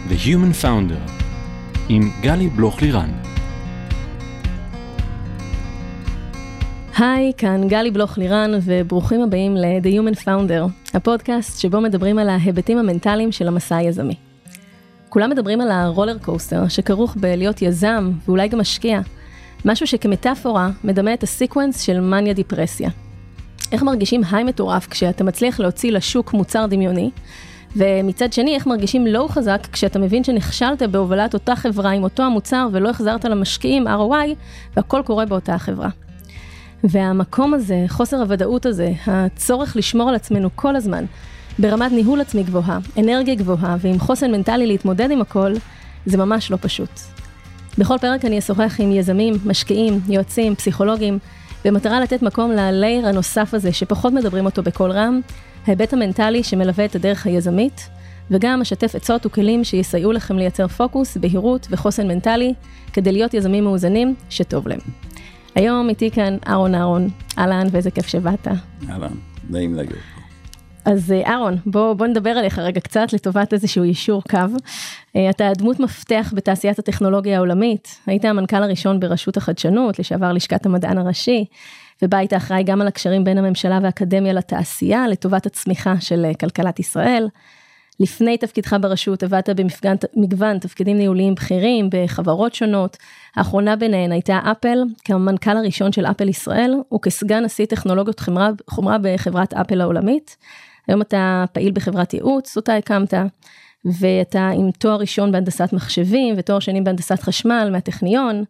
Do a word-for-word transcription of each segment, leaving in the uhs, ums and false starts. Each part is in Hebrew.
The Human Founder עם גלי בלוך-לירן. היי, כאן גלי בלוך-לירן וברוכים הבאים ל-The Human Founder, הפודקאסט שבו מדברים על ההיבטים המנטליים של המסע היזמי. כולם מדברים על הרולר קוסטר שכרוך בלהיות יזם ואולי גם משקיע, משהו שכמטאפורה מדמה את הסיקוונס של מניה דיפרסיה. איך מרגישים היי מטורף כשאתה מצליח להוציא לשוק מוצר דמיוני, ומצד שני איך מרגישים לואו חזק כשאתה מבין שנכשלת בהובלת אותה חברה עם אותו המוצר ולא החזרת למשקיעים אר או איי והכל קורה באותה החברה. והמקום הזה, חוסר הוודאות הזה, הצורך לשמור על עצמנו כל הזמן, ברמת ניהול עצמי גבוהה, אנרגיה גבוהה ועם חוסן מנטלי להתמודד עם הכל, זה ממש לא פשוט. בכל פרק אני אשוחח עם יזמים, משקיעים, יועצים, פסיכולוגים, במטרה לתת מקום ללייר הנוסף הזה שפחות מדברים אותו בכל רם, ההיבט המנטלי שמלווה את הדרך היזמית, וגם משתף עצות וכלים שיסייעו לכם לייצר פוקוס, בהירות וחוסן מנטלי, כדי להיות יזמים מאוזנים שטוב להם. היום איתי כאן אהרון אהרון, אהלן ואיזה כיף שבאת. אהלן, נעים להגיד. אז אהרון, בוא, בוא נדבר עליך רגע קצת לטובת איזשהו יישור קו. אתה דמות מפתח בתעשיית הטכנולוגיה העולמית, היית המנכ"ל הראשון ברשות החדשנות, לשעבר לשכת המדען הראשי, ובה היית אחראי גם על הקשרים בין הממשלה והאקדמיה לתעשייה, לטובת הצמיחה של כלכלת ישראל. לפני תפקידך ברשות עבדת במגוון תפקידים ניהוליים בכירים בחברות שונות, האחרונה ביניהן הייתה אפל, כמנכ"ל הראשון של אפל ישראל, וכסגן נשיא טכנולוגיות חומרה, חומרה בחברת אפל העולמית. היום אתה פעיל בחברת ייעוץ, אותה הקמת, ואתה עם תואר ראשון בהנדסת מחשבים, ותואר שני בהנדסת חשמל מהטכניון,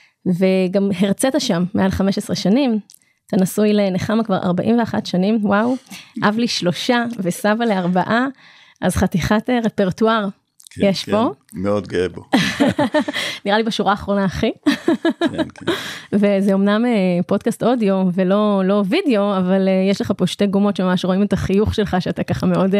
וגם הרצית שם מעל חמש עשרה שנים, אתה נשוי לנחמה כבר ארבעים ואחת שנים, וואו, אב לי שלושה וסבא לארבעה, אז חתיכת רפרטואר כן, יש כן, פה. מאוד גאה בו. נראה לי בשורה האחרונה אחי. כן, כן. וזה אמנם פודקאסט אודיו ולא לא וידאו, אבל יש לך פה שתי גומות שממש רואים את החיוך שלך, שאתה ככה מאוד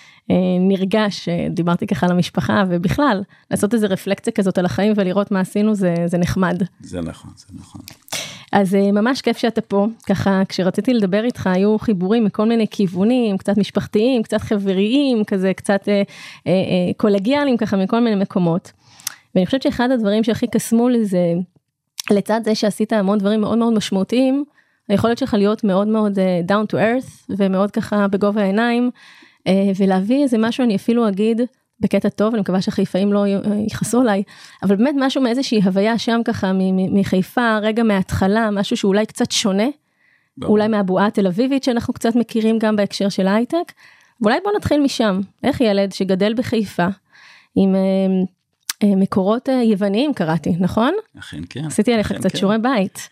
נרגש, דיברתי ככה על המשפחה, ובכלל, לעשות איזו רפלקציה כזאת על החיים ולראות מה עשינו, זה, זה נחמד. זה נכון, זה נכון. אז ממש כיף שאתה פה, ככה כשרציתי לדבר איתך, היו חיבורים מכל מיני כיוונים, קצת משפחתיים, קצת חבריים, כזה קצת אה, אה, אה, קולגיאליים, ככה מכל מיני מקומות. ואני חושבת שאחד הדברים שהכי קסמו לי זה, לצד זה שעשית המון דברים מאוד מאוד משמעותיים, היכולת שלך להיות מאוד מאוד uh, down to earth, ומאוד ככה בגובה העיניים, uh, ולהביא איזה משהו, אני אפילו אגיד, בקטע טוב, אני מקווה שחיפאים לא ייחסו עליי, אבל באמת משהו מאיזושהי הוויה שם ככה, מחיפה, רגע מההתחלה, משהו שאולי קצת שונה, אולי מהבועה התל אביבית, שאנחנו קצת מכירים גם בהקשר של הייטק, ואולי בוא נתחיל משם, איך ילד שגדל בחיפה, עם מקורות יווניים קראתי, נכון? אכן כן. עשיתי עליך קצת שיעורי בית.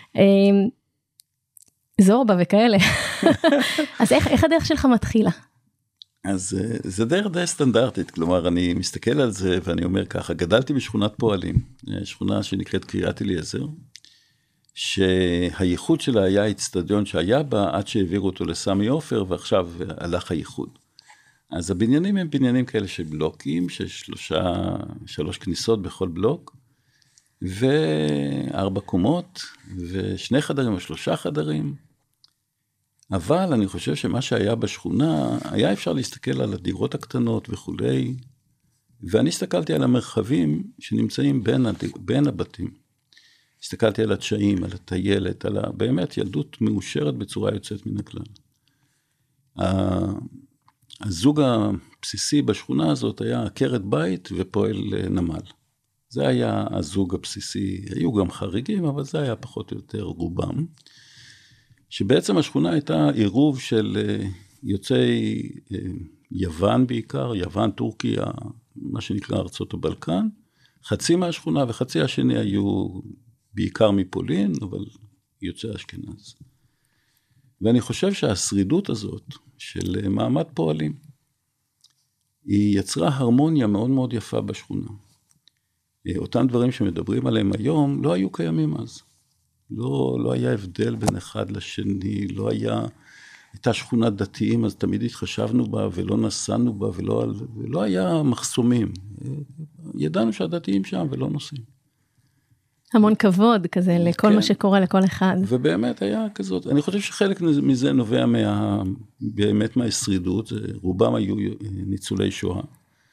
זורבה וכאלה. אז איך, איך הדרך שלך מתחילה? אז זה דרך די סטנדרטית, כלומר אני מסתכל על זה ואני אומר ככה, גדלתי בשכונת פועלים, שכונה שנקראת קריית אליעזר, שהייחוד שלה היה אצטדיון שהיה בה עד שהעבירו אותו לסמי עופר, ועכשיו הלך הייחוד. אז הבניינים הם בניינים כאלה של בלוקים, ששלושה, שלוש כניסות בכל בלוק, וארבע קומות, ושני חדרים או שלושה חדרים, אבל אני חושב שמה שהיה בשכונה, היה אפשר להסתכל על הדירות הקטנות וכולי, ואני הסתכלתי על המרחבים שנמצאים בין, הד... בין הבתים. הסתכלתי על התשעים, על הטיילת, על ה... באמת ילדות מאושרת בצורה יוצאת מן הכלל. הזוג הבסיסי בשכונה הזאת היה עקרת בית ופועל נמל. זה היה הזוג הבסיסי, היו גם חריגים, אבל זה היה פחות או יותר רובם. שבעצם השכונה הייתה עירוב של יוצאי יוון בעיקר, יוון, טורקיה, מה שנקרא ארצות הבלקן, חצי מהשכונה וחצי השני היו בעיקר מפולין, אבל יוצאי אשכנז. ואני חושב שהשרידות הזאת של מעמד פועלים, היא יצרה הרמוניה מאוד מאוד יפה בשכונה. אותם דברים שמדברים עליהם היום לא היו קיימים אז. לא, לא היה הבדל בין אחד לשני, לא היה, הייתה שכונת דתיים, אז תמיד התחשבנו בה ולא נסענו בה, ולא, ולא היה מחסומים. ידענו שהדתיים שם ולא נוסעים. המון כבוד כזה לכל מה שקורה לכל אחד. ובאמת היה כזאת, אני חושב שחלק מזה נובע מה, באמת מהשרידות, רובם היו ניצולי שואה,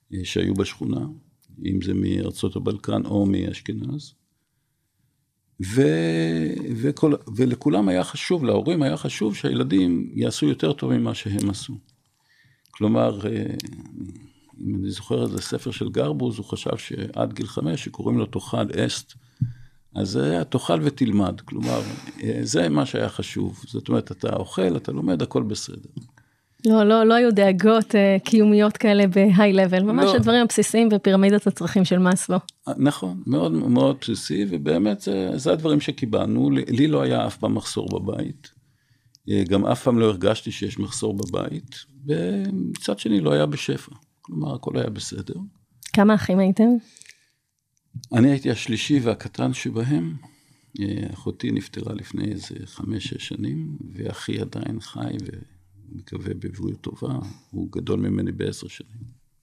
שהיו בשכונה, אם זה מארצות הבלקן או מאשכנז. ו, וכל, ולכולם היה חשוב, להורים היה חשוב שהילדים יעשו יותר טוב ממה שהם עשו. כלומר, אם אני זוכר את זה, ספר של גרבוז, הוא חשב שעד גיל חמש, שקוראים לו תאכל אסט, אז זה היה תאכל ותלמד. כלומר, זה מה שהיה חשוב. זאת אומרת, אתה אוכל, אתה לומד, הכל בסדר. לא, לא, לא היו דאגות uh, קיומיות כאלה בהיי לבל, ממש לא. הדברים הבסיסיים בפירמידת הצרכים של מאסלו. נכון, מאוד מאוד בסיסי, ובאמת זה, זה הדברים שקיבלנו. לי לא היה אף פעם מחסור בבית, גם אף פעם לא הרגשתי שיש מחסור בבית, ומצד שני לא היה בשפע, כלומר הכל היה בסדר. כמה אחים הייתם? אני הייתי השלישי והקטן שבהם, אחותי נפטרה לפני איזה חמש, שש שנים, ואחי עדיין חי ו... מקווה בבריאות טובה, הוא גדול ממני בעשר שנים.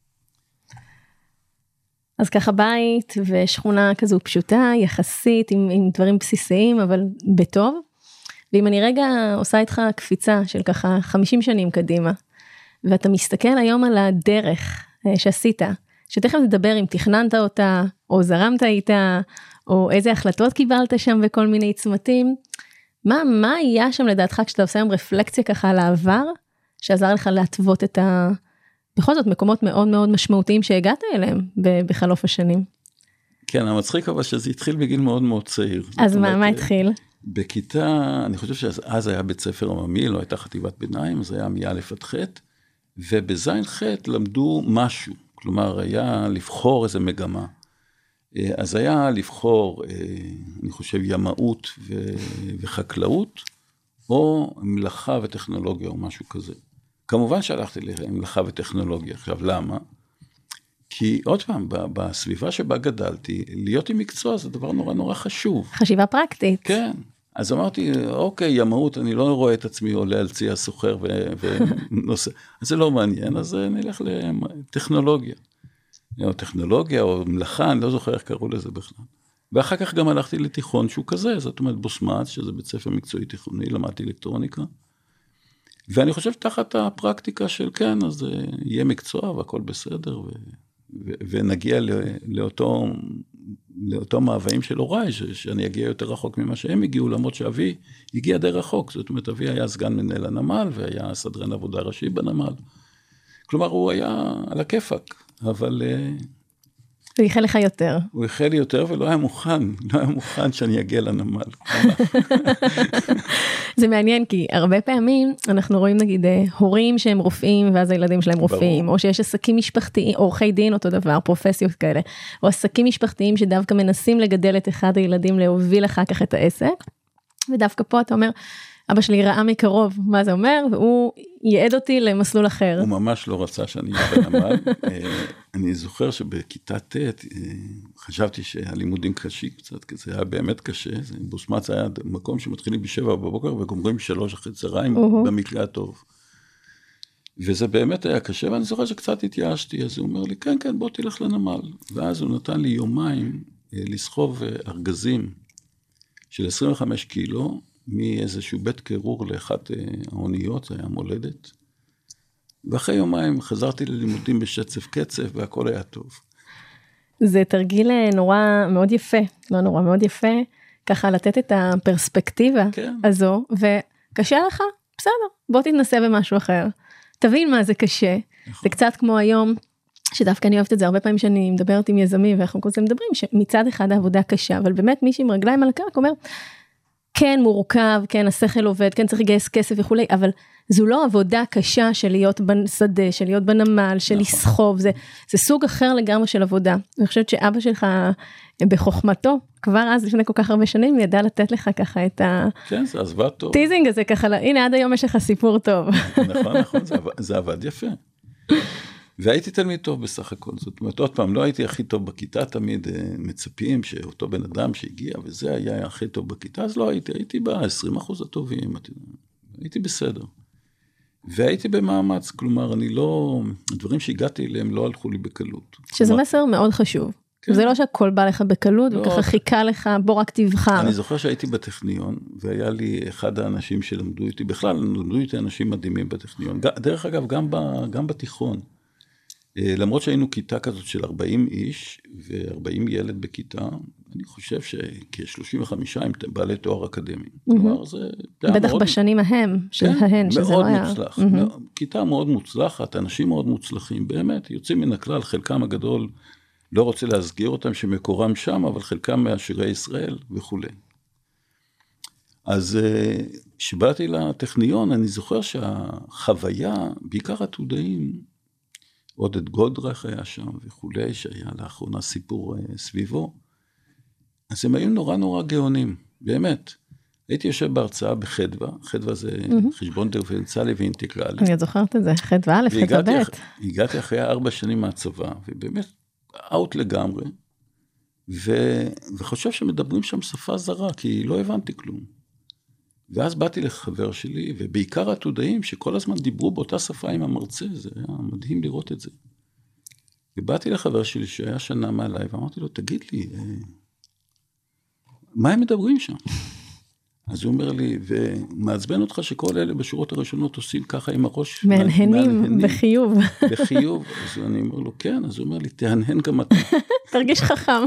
אז ככה בית ושכונה כזו פשוטה, יחסית, עם, עם דברים בסיסיים, אבל בטוב. ואם אני רגע עושה איתך קפיצה של ככה חמישים שנים קדימה, ואתה מסתכל היום על הדרך שעשית, שתכף נדבר אם תכננת אותה, או זרמת איתה, או איזה החלטות קיבלת שם בכל מיני צמתים, מה, מה היה שם לדעתך כשאתה עושה היום רפלקציה ככה על העבר, שעזר לך להתוות את ה... בכל זאת מקומות מאוד מאוד משמעותיים שהגעת אליהם בחלוף השנים? כן, המצחיק אבל שזה התחיל בגיל מאוד מאוד צעיר. אז מה, מה התחיל? בכיתה, אני חושב שאז היה בית ספר עממי, לא הייתה חטיבת ביניים, אז היה מא' עד ח', ובזין ח' למדו משהו, כלומר היה לבחור איזה מגמה. אז היה לבחור, אני חושב, ימאות וחקלאות, או מלאכה וטכנולוגיה או משהו כזה. כמובן שהלכתי למלאכה וטכנולוגיה. עכשיו, למה? כי עוד פעם, בסביבה שבה גדלתי, להיות עם מקצוע זה דבר נורא נורא חשוב. חשיבה פרקטית. כן. אז אמרתי, אוקיי, ימאות, אני לא רואה את עצמי עולה על צי הסוחר ונושא. אז זה לא מעניין, אז נלך לטכנולוגיה. או טכנולוגיה, או מלאכה, אני לא זוכר איך קראו לזה בכלל. ואחר כך גם הלכתי לתיכון שהוא כזה, זאת אומרת בוסמץ, שזה בית ספר מקצועי תיכוני, למדתי אלקטרוניקה. ואני חושב תחת הפרקטיקה של כן, אז יהיה מקצוע והכל בסדר, ו, ו, ונגיע לאותו, לאותו מאוויים של הוריי, שאני אגיע יותר רחוק ממה שהם הגיעו, למרות שאבי הגיע די רחוק, זאת אומרת, אבי היה סגן מנהל הנמל, והיה סדרן עבודה ראשי בנמל. כלומר, הוא היה על הכיפק, אבל... הוא ייחל לך יותר. הוא ייחל לי יותר ולא היה מוכן, לא היה מוכן שאני אגיע לנמל. זה מעניין, כי הרבה פעמים אנחנו רואים נגיד הורים שהם רופאים, ואז הילדים שלהם רופאים, או שיש עסקים משפחתיים, עורכי דין אותו דבר, פרופסיות כאלה, או עסקים משפחתיים שדווקא מנסים לגדל את אחד הילדים, להוביל אחר כך את העסק, ודווקא פה אתה אומר, אבא שלי ראה מקרוב מה זה אומר, והוא ייעד אותי למסלול אחר. הוא ממש לא רצה שאני אהיה בנמל. אני זוכר שבכיתה ט' חשבתי שהלימודים קשים קצת, כי זה היה באמת קשה. בוסמץ היה מקום שמתחילים בשבע בבוקר, וגומרים שלוש אחרי צהריים במקרה הטוב. וזה באמת היה קשה, ואני זוכר שקצת התייאשתי, אז הוא אומר לי, כן, כן, בוא תלך לנמל. ואז הוא נתן לי יומיים לסחוב ארגזים של עשרים וחמישה קילו, מאיזשהו בית קירור לאחת האוניות, זה היה מולדת. ואחרי יומיים חזרתי ללימודים בשצף קצף, והכל היה טוב. זה תרגיל נורא מאוד יפה, לא נורא מאוד יפה, ככה לתת את הפרספקטיבה כן. הזו, וקשה לך, בסדר, בוא תתנסה במשהו אחר. תבין מה זה קשה. נכון. זה קצת כמו היום, שדווקא אני אוהבת את זה, הרבה פעמים שאני מדברת עם יזמים, ואנחנו כל זה מדברים, שמצד אחד העבודה קשה, אבל באמת מישהי עם רגליים על הקרק אומר, כן מורכב, כן השכל עובד, כן צריך לגייס כסף וכו', אבל זו לא עבודה קשה של להיות בשדה, של להיות בנמל, של לסחוב, זה, זה סוג אחר לגמרי של עבודה. אני חושבת שאבא שלך בחוכמתו, כבר אז לפני כל כך הרבה שנים, ידע לתת לך ככה את ה... כן, זה עזבה טוב. טיזינג הזה ככה, הנה עד היום יש לך סיפור טוב. נכון, נכון, זה, זה עבד יפה. והייתי תלמיד טוב בסך הכל, זאת אומרת, עוד פעם, לא הייתי הכי טוב בכיתה, תמיד מצפים שאותו בן אדם שהגיע, וזה היה הכי טוב בכיתה, אז לא הייתי, הייתי ב-עשרים אחוז הטובים, הייתי בסדר. והייתי במאמץ, כלומר, אני לא, הדברים שהגעתי אליהם לא הלכו לי בקלות. שזה כלומר, מסר מאוד חשוב. כן. זה לא שהכל בא לך בקלות, לא, וככה חיכה לך, בוא רק תבחר. אני זוכר שהייתי בטכניון, והיה לי אחד האנשים שלמדו איתי, בכלל, למדו איתי אנשים מדהימים בטכניון, דרך אגב, גם, ב, גם בתיכון. למרות שהיינו כיתה כזאת של ארבעים איש, ו-ארבעים ילד בכיתה, אני חושב שכ-שלושים וחמישה הם בעלי תואר אקדמי. כלומר, זה... בטח בשנים ההם, של ההן, שזה לא היה... מאוד מוצלח. כיתה מאוד מוצלחת, אנשים מאוד מוצלחים, באמת, יוצאים מן הכלל, חלקם הגדול, לא רוצה להסגיר אותם שמקורם שם, אבל חלקם מהשירי ישראל וכו'. אז כשבאתי לטכניון, אני זוכר שהחוויה, בעיקר התודעים, עודד גולדרך היה שם וכולי, שהיה לאחרונה סיפור סביבו, אז הם היו נורא נורא גאונים, באמת. הייתי יושב בהרצאה בחדווה, חדווה זה חשבון דיפרנציאלי ואינטגרלי. אני זוכרת את זה, חדווה א', חדווה ב'. הגעתי אחרי ארבע שנים מהצבא, ובאמת אאוט לגמרי, וחושב שמדברים שם שפה זרה, כי לא הבנתי כלום. ואז באתי לחבר שלי, ובעיקר התודעים שכל הזמן דיברו באותה שפה עם המרצה, זה היה מדהים לראות את זה. ובאתי לחבר שלי שהיה שנה מעליי, ואמרתי לו, תגיד לי, מה הם מדברים שם? אז הוא אומר לי, ומעצבן אותך שכל אלה בשורות הראשונות עושים ככה עם הראש. מהנהנים, בחיוב. בחיוב, אז אני אומר לו, כן, אז הוא אומר לי, תהנהן גם אתה. תרגיש חכם.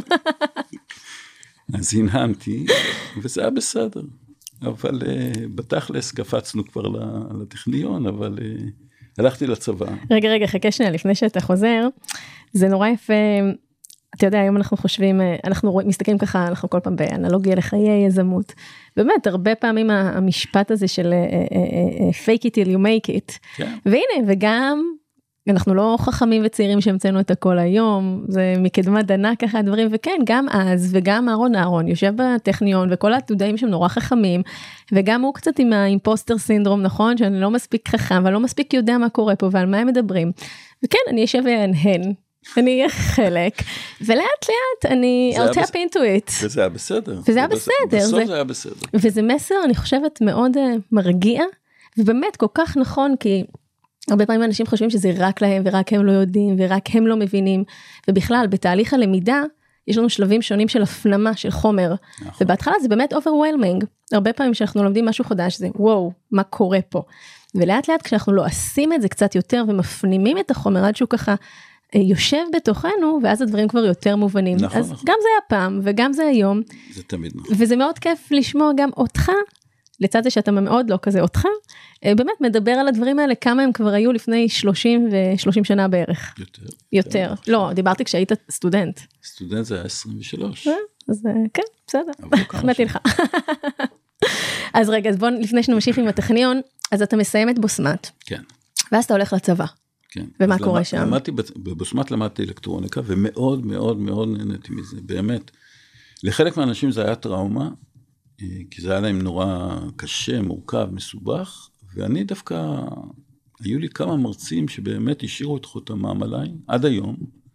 אז הנהנתי, וזה היה בסדר. אבל בתכלס קפצנו כבר לטכניון, אבל הלכתי לצבא. רגע, רגע, חכה שנייה, לפני שאתה חוזר, זה נורא יפה, אתה יודע, היום אנחנו חושבים, אנחנו מסתכלים ככה, אנחנו כל פעם באנלוגיה לחיי יזמות, באמת, הרבה פעמים המשפט הזה של fake it till you make it, והנה, וגם, אנחנו לא חכמים וצעירים שהמצאנו את הכל היום, זה מקדמה דנה ככה הדברים, וכן, גם אז, וגם אהרון אהרון, יושב בטכניון, וכל התודעים שהם נורא חכמים, וגם הוא קצת עם האימפוסטר סינדרום, נכון, שאני לא מספיק חכם, ואני לא מספיק יודע מה קורה פה, ועל מה הם מדברים, וכן, אני אשב ואנהן, אני אהיה חלק, ולאט לאט אני, I'll tap into it. וזה היה בסדר. וזה היה בסדר. בסוף זה היה בסדר. וזה מסר, אני חושבת, מאוד מרגיע, ובאמת כל כך נכון, כי הרבה פעמים אנשים חושבים שזה רק להם, ורק הם לא יודעים, ורק הם לא מבינים, ובכלל, בתהליך הלמידה, יש לנו שלבים שונים של הפנמה, של חומר, ובהתחלה זה באמת overwhelming, הרבה פעמים שאנחנו לומדים משהו חדש, זה וואו, מה קורה פה, ולאט לאט כשאנחנו לא עושים את זה קצת יותר, ומפנימים את החומר, עד שהוא ככה יושב בתוכנו, ואז הדברים כבר יותר מובנים, נכון, אז נכון. גם זה היה פעם, וגם זה היום, זה תמיד נכון. וזה מאוד כיף לשמוע גם אותך, לצד זה שאתה מאוד לא כזה אותך, באמת מדבר על הדברים האלה, כמה הם כבר היו לפני שלושים ו-שלושים שנה בערך. יותר. יותר. לא, דיברתי כשהיית סטודנט. סטודנט זה היה עשרים ושלוש. אז כן, בסדר. החמאתי לך. אז רגע, אז בוא, לפני שנמשיך עם הטכניון, אז אתה מסיים את בוסמת. כן. ואז אתה הולך לצבא. כן. ומה קורה שם? למדתי, בבוסמת למדתי אלקטרוניקה, ומאוד מאוד מאוד נהניתי מזה, באמת. לחלק מהאנשים זה היה טראומה, כי זה היה להם נורא קשה, מורכב, מסובך, ואני דווקא, היו לי כמה מרצים שבאמת השאירו את חותמם עליי, עד היום,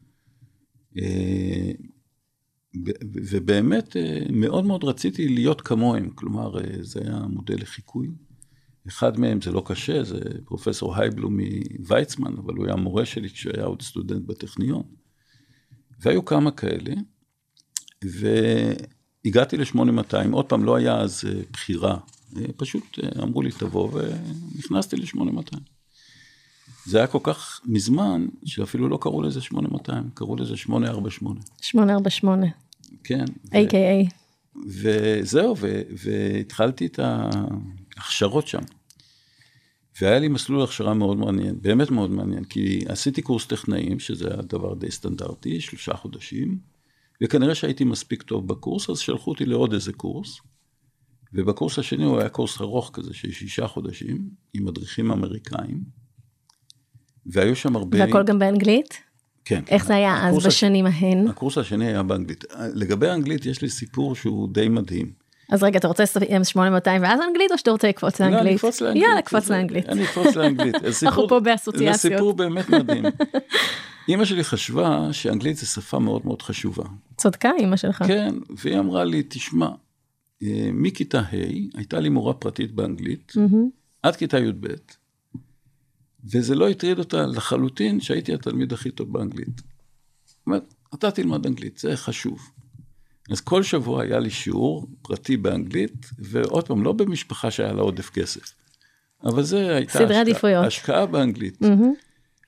ובאמת מאוד מאוד רציתי להיות כמוהם, כלומר, זה היה מודל לחיקוי, אחד מהם זה לא קשה, זה פרופסור הייבלו מוויצמן, אבל הוא היה מורה שלי כשהיה עוד סטודנט בטכניון, והיו כמה כאלה, ו... הגעתי ל-שמונה מאתיים, עוד פעם לא היה אז בחירה, פשוט אמרו לי תבוא ונכנסתי ל-שמונה מאתיים. זה היה כל כך מזמן, שאפילו לא קראו לזה שמונה מאתיים, קראו לזה שמונה ארבע שמונה. שמונה ארבע שמונה. כן. איי קיי איי. וזהו, והתחלתי את ההכשרות שם. והיה לי מסלול הכשרה מאוד מעניין, באמת מאוד מעניין, כי עשיתי קורס טכנאים, שזה היה דבר די סטנדרטי, שלושה חודשים, וכנראה שהייתי מספיק טוב בקורס, אז שלחו אותי לעוד איזה קורס, ובקורס השני הוא היה קורס ארוך כזה, של שישה חודשים, עם מדריכים אמריקאים, והיו שם הרבה... והכל גם באנגלית? כן. איך זה היה אז בשנים ההן? הקורס השני היה באנגלית. לגבי האנגלית יש לי סיפור שהוא די מדהים. אז רגע, אתה רוצה לסיים שמונה מאתיים ואז אנגלית, או שאתה רוצה לקפוץ לאנגלית? לא, אני אקפוץ לאנגלית. יאללה, קפוץ לאנגלית. אני אקפוץ לאנגלית. אנחנו פה באסוציאציות. זה סיפור באמת מדהים. אמא שלי חשבה שאנגלית זה שפה מאוד מאוד חשובה. צודקה, אמא שלך. כן, והיא אמרה לי, תשמע, מכיתה ה' הייתה לי מורה פרטית באנגלית, עד כיתה י' ב', וזה לא הטריד אותה לחלוטין שהייתי התלמיד הכי טוב באנגלית. זאת אומרת, אתה תלמד אנגלית, זה חשוב. אז כל שבוע היה לי שיעור פרטי באנגלית, ועוד פעם, לא במשפחה שהיה לה עודף כסף. אבל זה הייתה השקעה, השקעה באנגלית.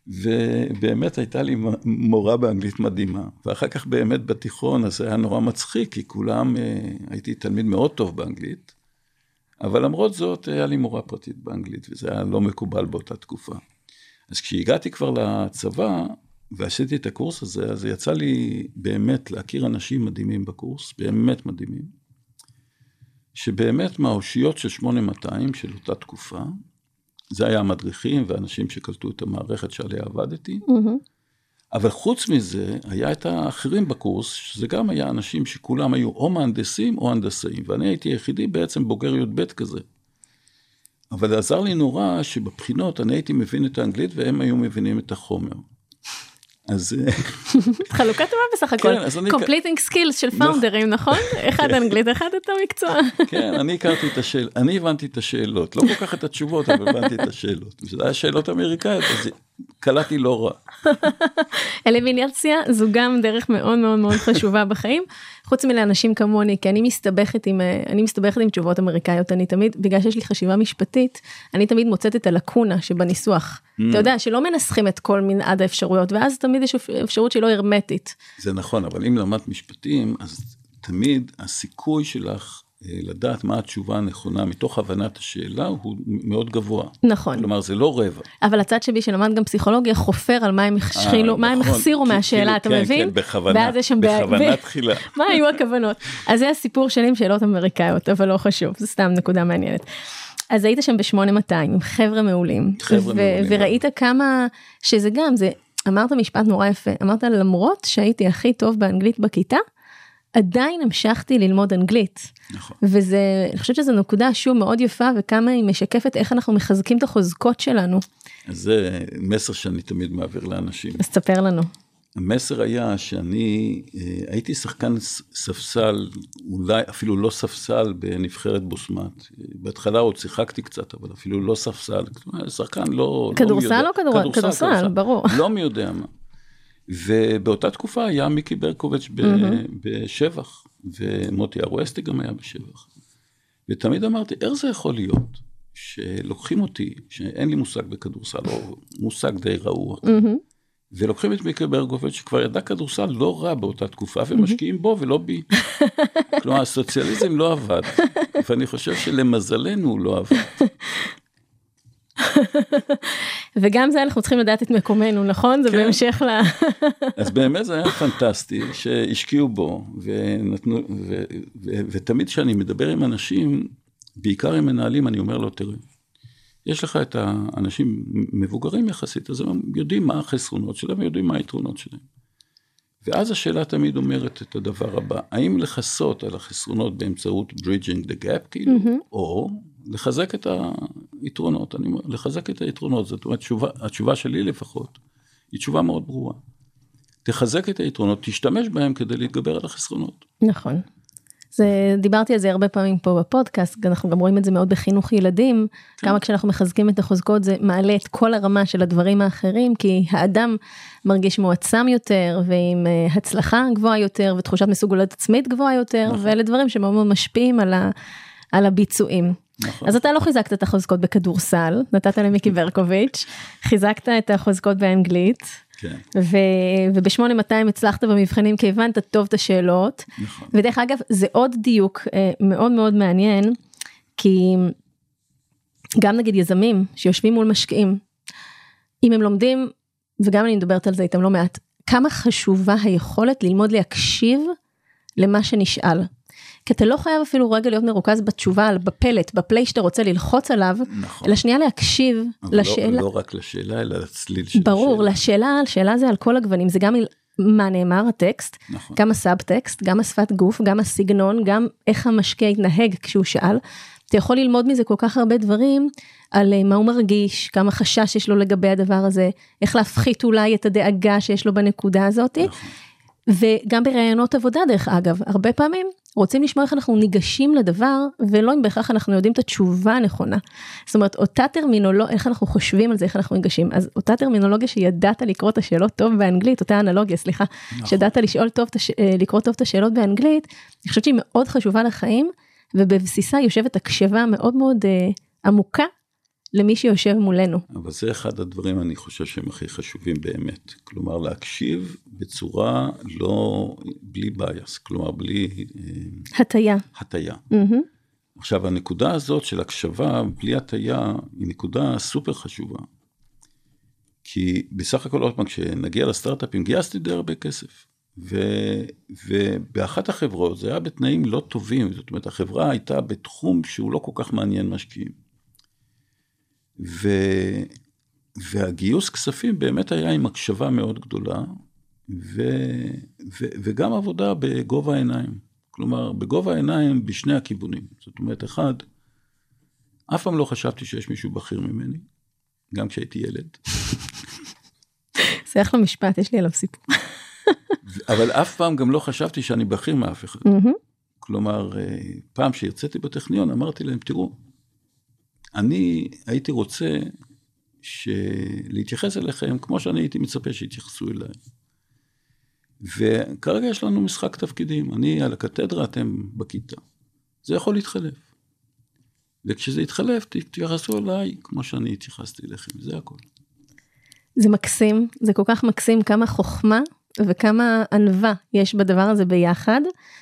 ובאמת הייתה לי מורה באנגלית מדהימה, ואחר כך באמת בתיכון, אז היה נורא מצחיק, כי כולם, הייתי תלמיד מאוד טוב באנגלית, אבל למרות זאת, היה לי מורה פרטית באנגלית, וזה היה לא מקובל באותה תקופה. אז כשהגעתי כבר לצבא, ועשיתי את הקורס הזה, אז יצא לי באמת להכיר אנשים מדהימים בקורס, באמת מדהימים, שבאמת מהאושיות של שמונה מאתיים של אותה תקופה, זה היה המדריכים ואנשים שקלטו את המערכת שעליה עבדתי, mm-hmm. אבל חוץ מזה, היה את האחרים בקורס, שזה גם היה אנשים שכולם היו או מהנדסים או הנדסאים, ואני הייתי יחידי בעצם בוגר י"ב כזה. אבל זה עזר לי נורא שבבחינות אני הייתי מבין את האנגלית, והם היו מבינים את החומר. אז... חלוקה טובה בסך הכל, completing skills של פאונדרים, נכון? אחד אנגלית, אחד את המקצוע. כן, אני הכרתי את השאלות, אני הבנתי את השאלות, לא כל כך את התשובות, אבל הבנתי את השאלות. וזה היה שאלות אמריקאיות, אז קלטתי לא רע. אלימינציה זו גם דרך מאוד מאוד מאוד חשובה בחיים, חוץ מלאנשים כמוני, כי אני מסתבכת עם, אני מסתבכת עם תשובות אמריקאיות, אני תמיד, בגלל שיש לי חשיבה משפטית, אני תמיד מוצאת את הלקונה שבניסוח. אתה יודע, שלא מנסחים את כל מנעד האפשרויות, ואז תמיד יש אפשרות שהיא לא הרמטית. זה נכון, אבל אם למדת משפטים, אז תמיד הסיכוי שלך לדעת מה התשובה הנכונה, מתוך הבנת השאלה, הוא מאוד גבוה. נכון. כלומר, זה לא רבע. אבל הצד שבי שלמד גם פסיכולוגיה, חופר על מה הם החשילו, מה הם החסירו מהשאלה, אתה מבין? כן, בכוונה, בכוונה תחילה. מה היו הכוונות? אז זה הסיפור שלי עם שאלות אמריקאיות, אבל לא חשוב, זה סתם נקודה מעניינת. אז היית שם ב-שמונה מאתיים, עם חבר'ה מעולים. חבר'ה מעולים. וראית כמה, שזה גם, זה, אמרת משפט נורא יפה, אמרת למרות שהייתי הכי טוב באנגלית בכיתה, עדיין המשכתי ללמוד אנגלית. נכון. וזה, אני חושבת שזו נקודה שוב מאוד יפה, וכמה היא משקפת איך אנחנו מחזקים את החוזקות שלנו. אז זה מסר שאני תמיד מעביר לאנשים. אז תספר לנו. המסר היה שאני הייתי שחקן ספסל, אולי אפילו לא ספסל בנבחרת בוסמת. בהתחלה עוד שיחקתי קצת, אבל אפילו לא ספסל. שחקן לא... כדורסל או כדורסל? כדורסל, ברור. לא מי יודע מה. ובאותה תקופה היה מיקי ברקוביץ' בשבח, ומוטי ארואסטי גם היה בשבח. ותמיד אמרתי, איך זה יכול להיות שלוקחים אותי, שאין לי מושג בכדורסל, או מושג די רעוע, ולוקחים את מיקי ברקוביץ' שכבר ידע כדורסל לא רע באותה תקופה, ומשקיעים בו ולא בי. כלומר, הסוציאליזם לא עבד, ואני חושב שלמזלנו הוא לא עבד. וגם זה אנחנו צריכים לדעת את מקומנו, נכון? זה בהמשך ל... אז באמת זה היה פנטסטי, שהשקיעו בו, ונתנו, ותמיד כשאני מדבר עם אנשים, בעיקר עם מנהלים, אני אומר לו, תראה, יש לך את האנשים מבוגרים יחסית, אז הם יודעים מה החסרונות שלהם, יודעים מה היתרונות שלהם. ואז השאלה תמיד אומרת את הדבר הבא, האם לחסות על החסרונות באמצעות bridging the gap, כאילו, או לחזק את היתרונות, אני אומר, לחזק את היתרונות, זאת אומרת, תשובה, התשובה שלי לפחות, היא תשובה מאוד ברורה. תחזק את היתרונות, תשתמש בהם כדי להתגבר על החסרונות. נכון. זה, דיברתי על זה הרבה פעמים פה בפודקאסט, אנחנו גם רואים את זה מאוד בחינוך ילדים, כן. כמה כשאנחנו מחזקים את החוזקות, זה מעלה את כל הרמה של הדברים האחרים, כי האדם מרגיש מועצם יותר, ועם הצלחה גבוהה יותר, ותחושת מסוגלות עצמית גבוהה יותר, נכון. ואלה דברים שמאוד מאוד משפיעים על, ה, על הביצועים. נכון. אז אתה לא חיזקת את החוזקות בכדורסל, נתת למיקי ברקוביץ', חיזקת את החוזקות באנגלית, כן. ו- ובשמונה מאתיים הצלחת במבחנים, כי הבנת טוב את השאלות, נכון. ודרך אגב, זה עוד דיוק מאוד מאוד מעניין, כי גם נגיד יזמים, שיושבים מול משקיעים, אם הם לומדים, וגם אני מדברת על זה איתם לא מעט, כמה חשובה היכולת ללמוד להקשיב למה שנשאל, כי אתה לא חייב אפילו רגע להיות מרוכז בתשובה, בפלט, בפלי שאתה רוצה ללחוץ עליו, נכון. אלא שנייה להקשיב לשאלה. לא, לא רק לשאלה, אלא לצליל של ברור, השאלה. לשאלה, השאלה זה על כל הגוונים, זה גם מה נאמר, הטקסט, נכון. גם הסאב-טקסט, גם השפת גוף, גם הסגנון, גם איך המשקיע התנהג כשהוא שאל. אתה יכול ללמוד מזה כל כך הרבה דברים, על מה הוא מרגיש, כמה חשש יש לו לגבי הדבר הזה, איך להפחית אולי את הדאגה שיש לו בנקודה הזאת, נכון. וגם ברעיונות עבודה דרך אגב, הרבה פעמים רוצים לשמוע איך אנחנו ניגשים לדבר, ולא אם בהכרח אנחנו יודעים את התשובה הנכונה. זאת אומרת, אותה טרמינולוגיה, איך אנחנו חושבים על זה, איך אנחנו ניגשים, אז אותה טרמינולוגיה שידעת לקרוא את השאלות טוב באנגלית, אותה אנלוגיה, סליחה, נכון. שידעת לשאול טוב, לקרוא טוב את השאלות באנגלית, אני חושבת שהיא מאוד חשובה לחיים, ובבסיסה יושבת הקשבה מאוד מאוד uh, עמוקה, למי שיושב מולנו. אבל זה אחד הדברים, אני חושב שהם הכי חשובים באמת. כלומר, להקשיב בצורה לא, בלי בייס, כלומר, בלי... הטיה. הטיה. Mm-hmm. עכשיו, הנקודה הזאת של הקשבה בלי הטיה, היא נקודה סופר חשובה. כי בסך הכל, עוד פעם, כשנגיע לסטארט-אפים, גייסתי די הרבה כסף. ו, ובאחת החברות, זה היה בתנאים לא טובים, זאת אומרת, החברה הייתה בתחום שהוא לא כל כך מעניין משקיעים. ו, והגיוס כספים באמת היה עם הקשבה מאוד גדולה, ו, ו, וגם עבודה בגובה העיניים. כלומר, בגובה העיניים בשני הכיוונים. זאת אומרת, אחד, אף פעם לא חשבתי שיש מישהו בכיר ממני, גם כשהייתי ילד. זה אחלה משפט, יש לי עליו סיפור. אבל אף פעם גם לא חשבתי שאני בכיר מאף אחד. Mm-hmm. כלומר, פעם שהרציתי בטכניון, אמרתי להם, תראו, אני הייתי רוצה להתייחס אליכם כמו שאני הייתי מצפה שיתייחסו אליי. וכרגע יש לנו משחק תפקידים. אני על הקתדרה, אתם בכיתה. זה יכול להתחלף. וכשזה יתחלף, תתייחסו אליי כמו שאני התייחסתי אליכם. זה הכל. זה מקסים, זה כל כך מקסים כמה חוכמה וכמה ענווה יש בדבר הזה ביחד,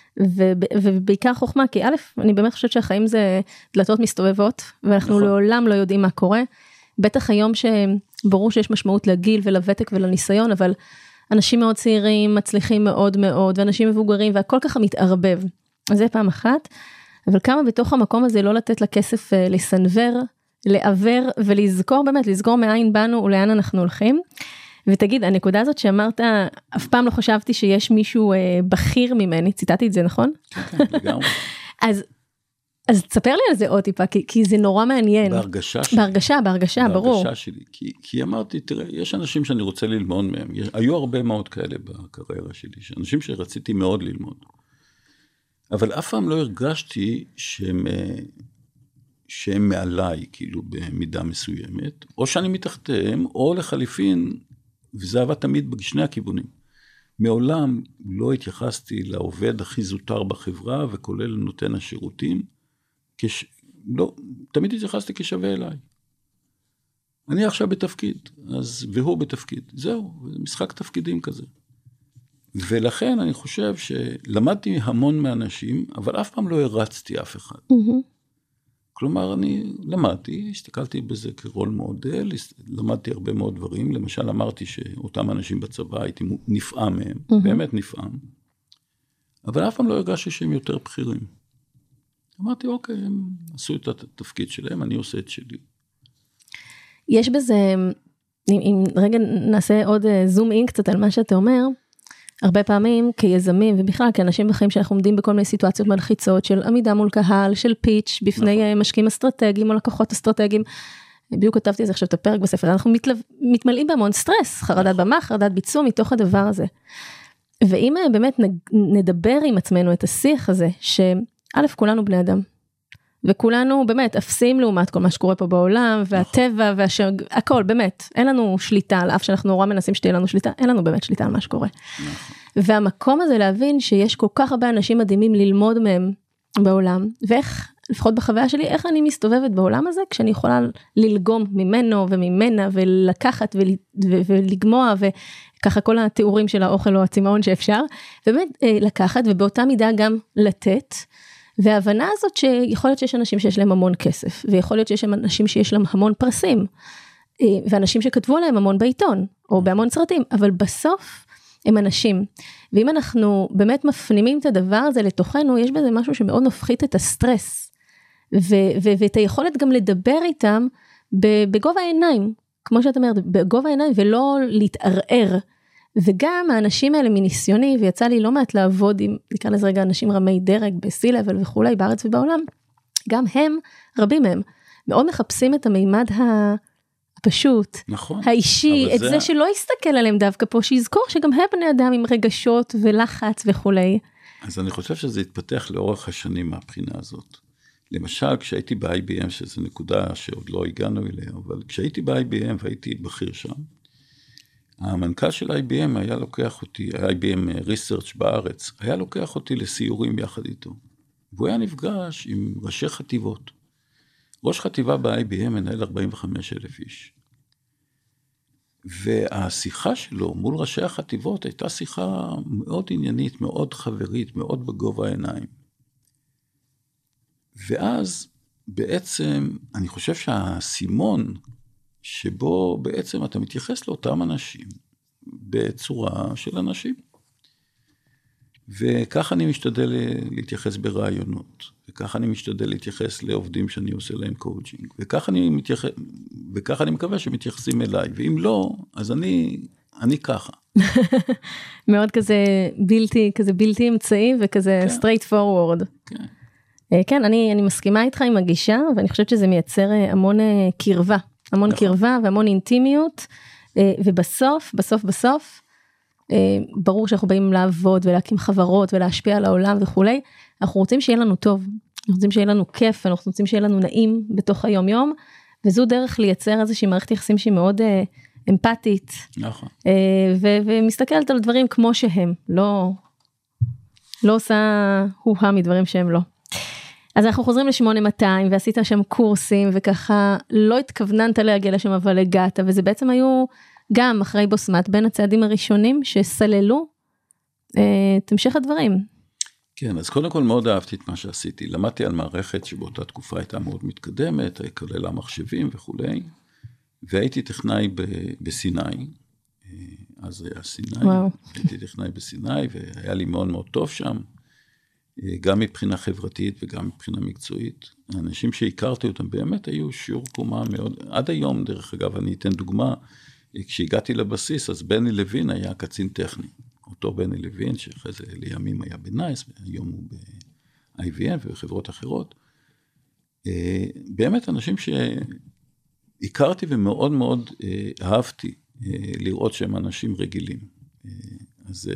ובעיקר חוכמה, כי א', אני באמת חושבת שהחיים זה דלתות מסתובבות, ואנחנו נכון. לעולם לא יודעים מה קורה, בטח היום שברור שיש משמעות לגיל ולוותק ולניסיון, אבל אנשים מאוד צעירים מצליחים מאוד מאוד, ואנשים מבוגרים, והכל ככה מתערבב. אז זה פעם אחת, אבל כמה בתוך המקום הזה לא לתת לכסף לסנבר, לעבר ולזכור באמת, לזכור מאין באנו ולאן אנחנו הולכים. ותגיד, הנקודה הזאת שאמרת, אף פעם לא חשבתי שיש מישהו אה, בכיר ממני, ציטטתי את זה, נכון? כן, לגמרי. אז, אז תספר לי על זה עוד טיפה, כי, כי זה נורא מעניין. בהרגשה שלי. בהרגשה, בהרגשה, ברור. בהרגשה שלי, כי, כי אמרתי, תראה, יש אנשים שאני רוצה ללמוד מהם, יש, היו הרבה מאוד כאלה בקריירה שלי, אנשים שרציתי מאוד ללמוד. אבל אף פעם לא הרגשתי שהם... שהם מעליי, כאילו, במידה מסוימת, או שאני מתחתיהם, או לחליפין, וזה עבד תמיד בשני הכיוונים. מעולם לא התייחסתי לעובד הכי זוטר בחברה, וכולל נותן השירותים, כש... לא, תמיד התייחסתי כשווה אליי. אני עכשיו בתפקיד, אז, והוא בתפקיד. זהו, זה משחק תפקידים כזה. ולכן אני חושב שלמדתי המון מאנשים, אבל אף פעם לא הרצתי אף אחד. Mm-hmm. כלומר, אני למדתי, הסתכלתי בזה כרול מודל, למדתי הרבה מאוד דברים, למשל אמרתי שאותם אנשים בצבא הייתי נפעם מהם, mm-hmm. באמת נפעם, אבל אף פעם לא הרגשתי שהם יותר בכירים. אמרתי, אוקיי, הם עשו את התפקיד שלהם, אני עושה את שלי. יש בזה, אם, אם רגע נעשה עוד זום אין קצת על מה שאתה אומר, הרבה פעמים כיזמים, ובכלל כאנשים בחיים שאנחנו עומדים בכל מיני סיטואציות מלחיצות, של עמידה מול קהל, של פיץ' בפני נכון. משקיעים אסטרטגיים או לקוחות אסטרטגיים, בדיוק כתבתי את זה עכשיו את הפרק בספר, אנחנו מתלו... מתמלאים בהמון סטרס, חרדת במה, חרדת ביצוע מתוך הדבר הזה. ואם באמת נדבר עם עצמנו את השיח הזה, שא' כולנו בני אדם, וכולנו באמת אפסים לעומת כל מה שקורה פה בעולם, והטבע, והשג... הכל, באמת, אין לנו שליטה, על אף שאנחנו נורא מנסים שתהיה לנו שליטה, אין לנו באמת שליטה על מה שקורה. והמקום הזה להבין שיש כל כך הרבה אנשים מדהימים ללמוד מהם בעולם, ואיך, לפחות בחוויה שלי, איך אני מסתובבת בעולם הזה, כשאני יכולה ללגום ממנו וממנה, ולקחת ול... ו... ולגמוע, וככה כל התיאורים של האוכל או הצימאון שאפשר, ובאמת לקחת, ובאותה מידה גם לתת, וההבנה הזאת שיכול להיות שיש אנשים שיש להם המון כסף, ויכול להיות שיש אנשים שיש להם המון פרסים, ואנשים שכתבו עליהם המון בעיתון, או בהמון סרטים, אבל בסוף הם אנשים, ואם אנחנו באמת מפנימים את הדבר הזה לתוכנו, יש בזה משהו שמאוד מפחית את הסטרס, ו- ו- ואת היכולת גם לדבר איתם בגובה העיניים, כמו שאת אומרת, בגובה העיניים, ולא להתערער, וגם האנשים האלה מניסיוני, ויצא לי לא מעט לעבוד עם, נקרא לזה רגע, אנשים רמי דרג, בסי-לבל וכולי, בארץ ובעולם, גם הם, רבים מהם, מאוד מחפשים את המימד הפשוט, נכון, האישי, את זה, זה שלא יסתכל עליהם דווקא פה, שיזכור שגם הם בני אדם עם רגשות ולחץ וכולי. אז אני חושב שזה התפתח לאורך השנים מהבחינה הזאת. למשל, כשהייתי ב-איי בי אם, שזו נקודה שעוד לא הגענו אליה, אבל כשהייתי ב-איי בי אם והייתי בכיר שם, המנכ"ל של איי בי אם היה לוקח אותי, איי בי אם Research בארץ, היה לוקח אותי לסיורים יחד איתו. והוא היה נפגש עם ראשי חטיבות. ראש חטיבה ב-איי בי אם מנהל ארבעים וחמישה אלף איש. והשיחה שלו מול ראשי החטיבות הייתה שיחה מאוד עניינית, מאוד חברית, מאוד בגובה העיניים. ואז בעצם אני חושב שהסימון שבו בעצם אתה מתייחס לאותם אנשים בצורה של אנשים. וכך אני משתדל להתייחס ברעיונות, וכך אני משתדל להתייחס לעובדים שאני עושה להם קואוצ'ינג, וכך אני מתייחס, וכך אני מקווה שמתייחסים אליי, ואם לא, אז אני, אני ככה. מאוד כזה בלתי, כזה בלתי אמצעי, וכזה כן. straight forward. כן. כן, אני, אני מסכימה איתך עם הגישה, ואני חושבת שזה מייצר המון קרבה, המון נכון. קרבה והמון אינטימיות, ובסוף, בסוף, בסוף, ברור שאנחנו באים לעבוד ולהקים חברות ולהשפיע על העולם וכולי, אנחנו רוצים שיהיה לנו טוב, אנחנו רוצים שיהיה לנו כיף, אנחנו רוצים שיהיה לנו נעים בתוך היום יום, וזו דרך לייצר איזושהי מערכת יחסים שהיא מאוד אמפתית, נכון. ו- ומסתכלת על דברים כמו שהם, לא, לא עושה הו-ה מדברים שהם לא. אז אנחנו חוזרים ל-שמונה מאתיים, ועשית שם קורסים, וככה לא התכווננת להגיע לשם, אבל הגעת, וזה בעצם היו גם אחרי בוסמת, בין הצעדים הראשונים שסללו אה, תמשך הדברים. כן, אז קודם כל מאוד אהבתי את מה שעשיתי. למדתי על מערכת שבאותה תקופה הייתה מאוד מתקדמת, כללה מחשבים וכולי, והייתי טכנאי ב- בסיני, אז היה סיני, וואו. הייתי טכנאי בסיני, והיה לי מאוד מאוד טוב שם, גם מבחינה חברתית וגם מבחינה מקצועית. האנשים שהכרתי אותם באמת היו שיעור קומה מאוד, עד היום דרך אגב, אני אתן דוגמה, כשהגעתי לבסיס, אז בני לוין היה קצין טכני, אותו בני לוין, שאחרי זה לימים היה בנייס, והיום הוא ב-איי וי אם ובחברות אחרות, באמת אנשים שהכרתי ומאוד מאוד אהבתי לראות שהם אנשים רגילים. אז...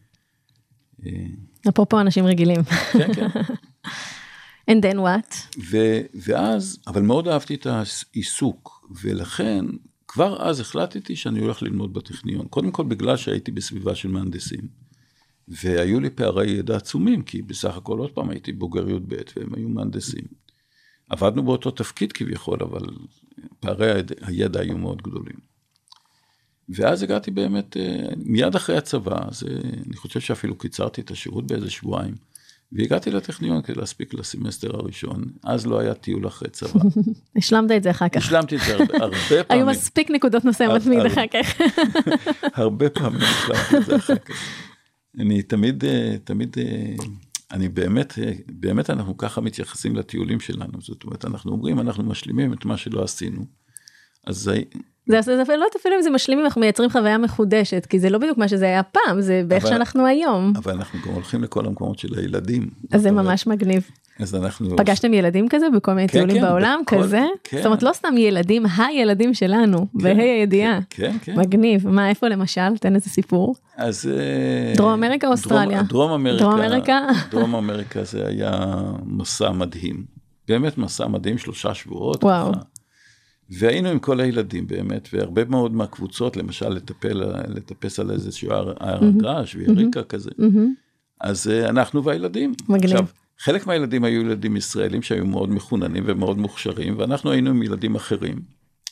אפרופו אנשים רגילים. כן, כן. And then what? ו- ואז, אבל מאוד אהבתי את העיסוק, ולכן כבר אז החלטתי שאני הולך ללמוד בטכניון. קודם כל בגלל שהייתי בסביבה של מהנדסים, והיו לי פערי ידע עצומים, כי בסך הכל עוד פעם הייתי בוגר י' ב' והם היו מהנדסים. עבדנו באותו תפקיד כביכול, אבל פערי הידע היו מאוד גדולים. ואז הגעתי באמת, מיד אחרי הצבא, אז אני חושב שאפילו קיצרתי את השירות באיזה שבועיים, והגעתי לטכניון כדי להספיק לסמסטר הראשון, אז לא היה טיול אחרי צבא. השלמת את זה אחר כך. השלמתי את זה הרבה, הרבה פעמים. היו מספיק נקודות נושא מתמיד אחר כך. הרבה פעמים השלמתי את זה אחר כך. אני תמיד, תמיד, אני באמת, באמת אנחנו ככה מתייחסים לטיולים שלנו, זאת אומרת, אנחנו אומרים, אנחנו משלימים את מה שלא עשינו, אז זה... זה אפילו לא אפילו אם זה משלימים, אנחנו מייצרים חוויה מחודשת, כי זה לא בדיוק מה שזה היה פעם, זה באיך שאנחנו היום. אבל אנחנו גם הולכים לכל המקומות של הילדים. אז זה ממש מגניב. אז אנחנו... פגשתם ילדים כזה בכל מיני טיולים בעולם, כזה? זאת אומרת, לא סתם ילדים, הילדים שלנו, בהי הידיעה. כן, כן. מגניב. מה, איפה למשל? תן איזה סיפור. אז... דרום אמריקה או אוסטרליה? דרום אמריקה. דרום אמריקה? דרום אמריקה זה היה מסע מדהים. באמת מסע מדהים, שלושה שבועות. וואו. והיינו עם כל הילדים באמת, והרבה מאוד מהקבוצות, למשל, לטפל, לטפס על איזשהו הרגש ויריקה כזה. אז אנחנו והילדים. מגניב. עכשיו, חלק מהילדים היו ילדים ישראלים שהיו מאוד מחוננים ומאוד מוכשרים, ואנחנו היינו עם ילדים אחרים.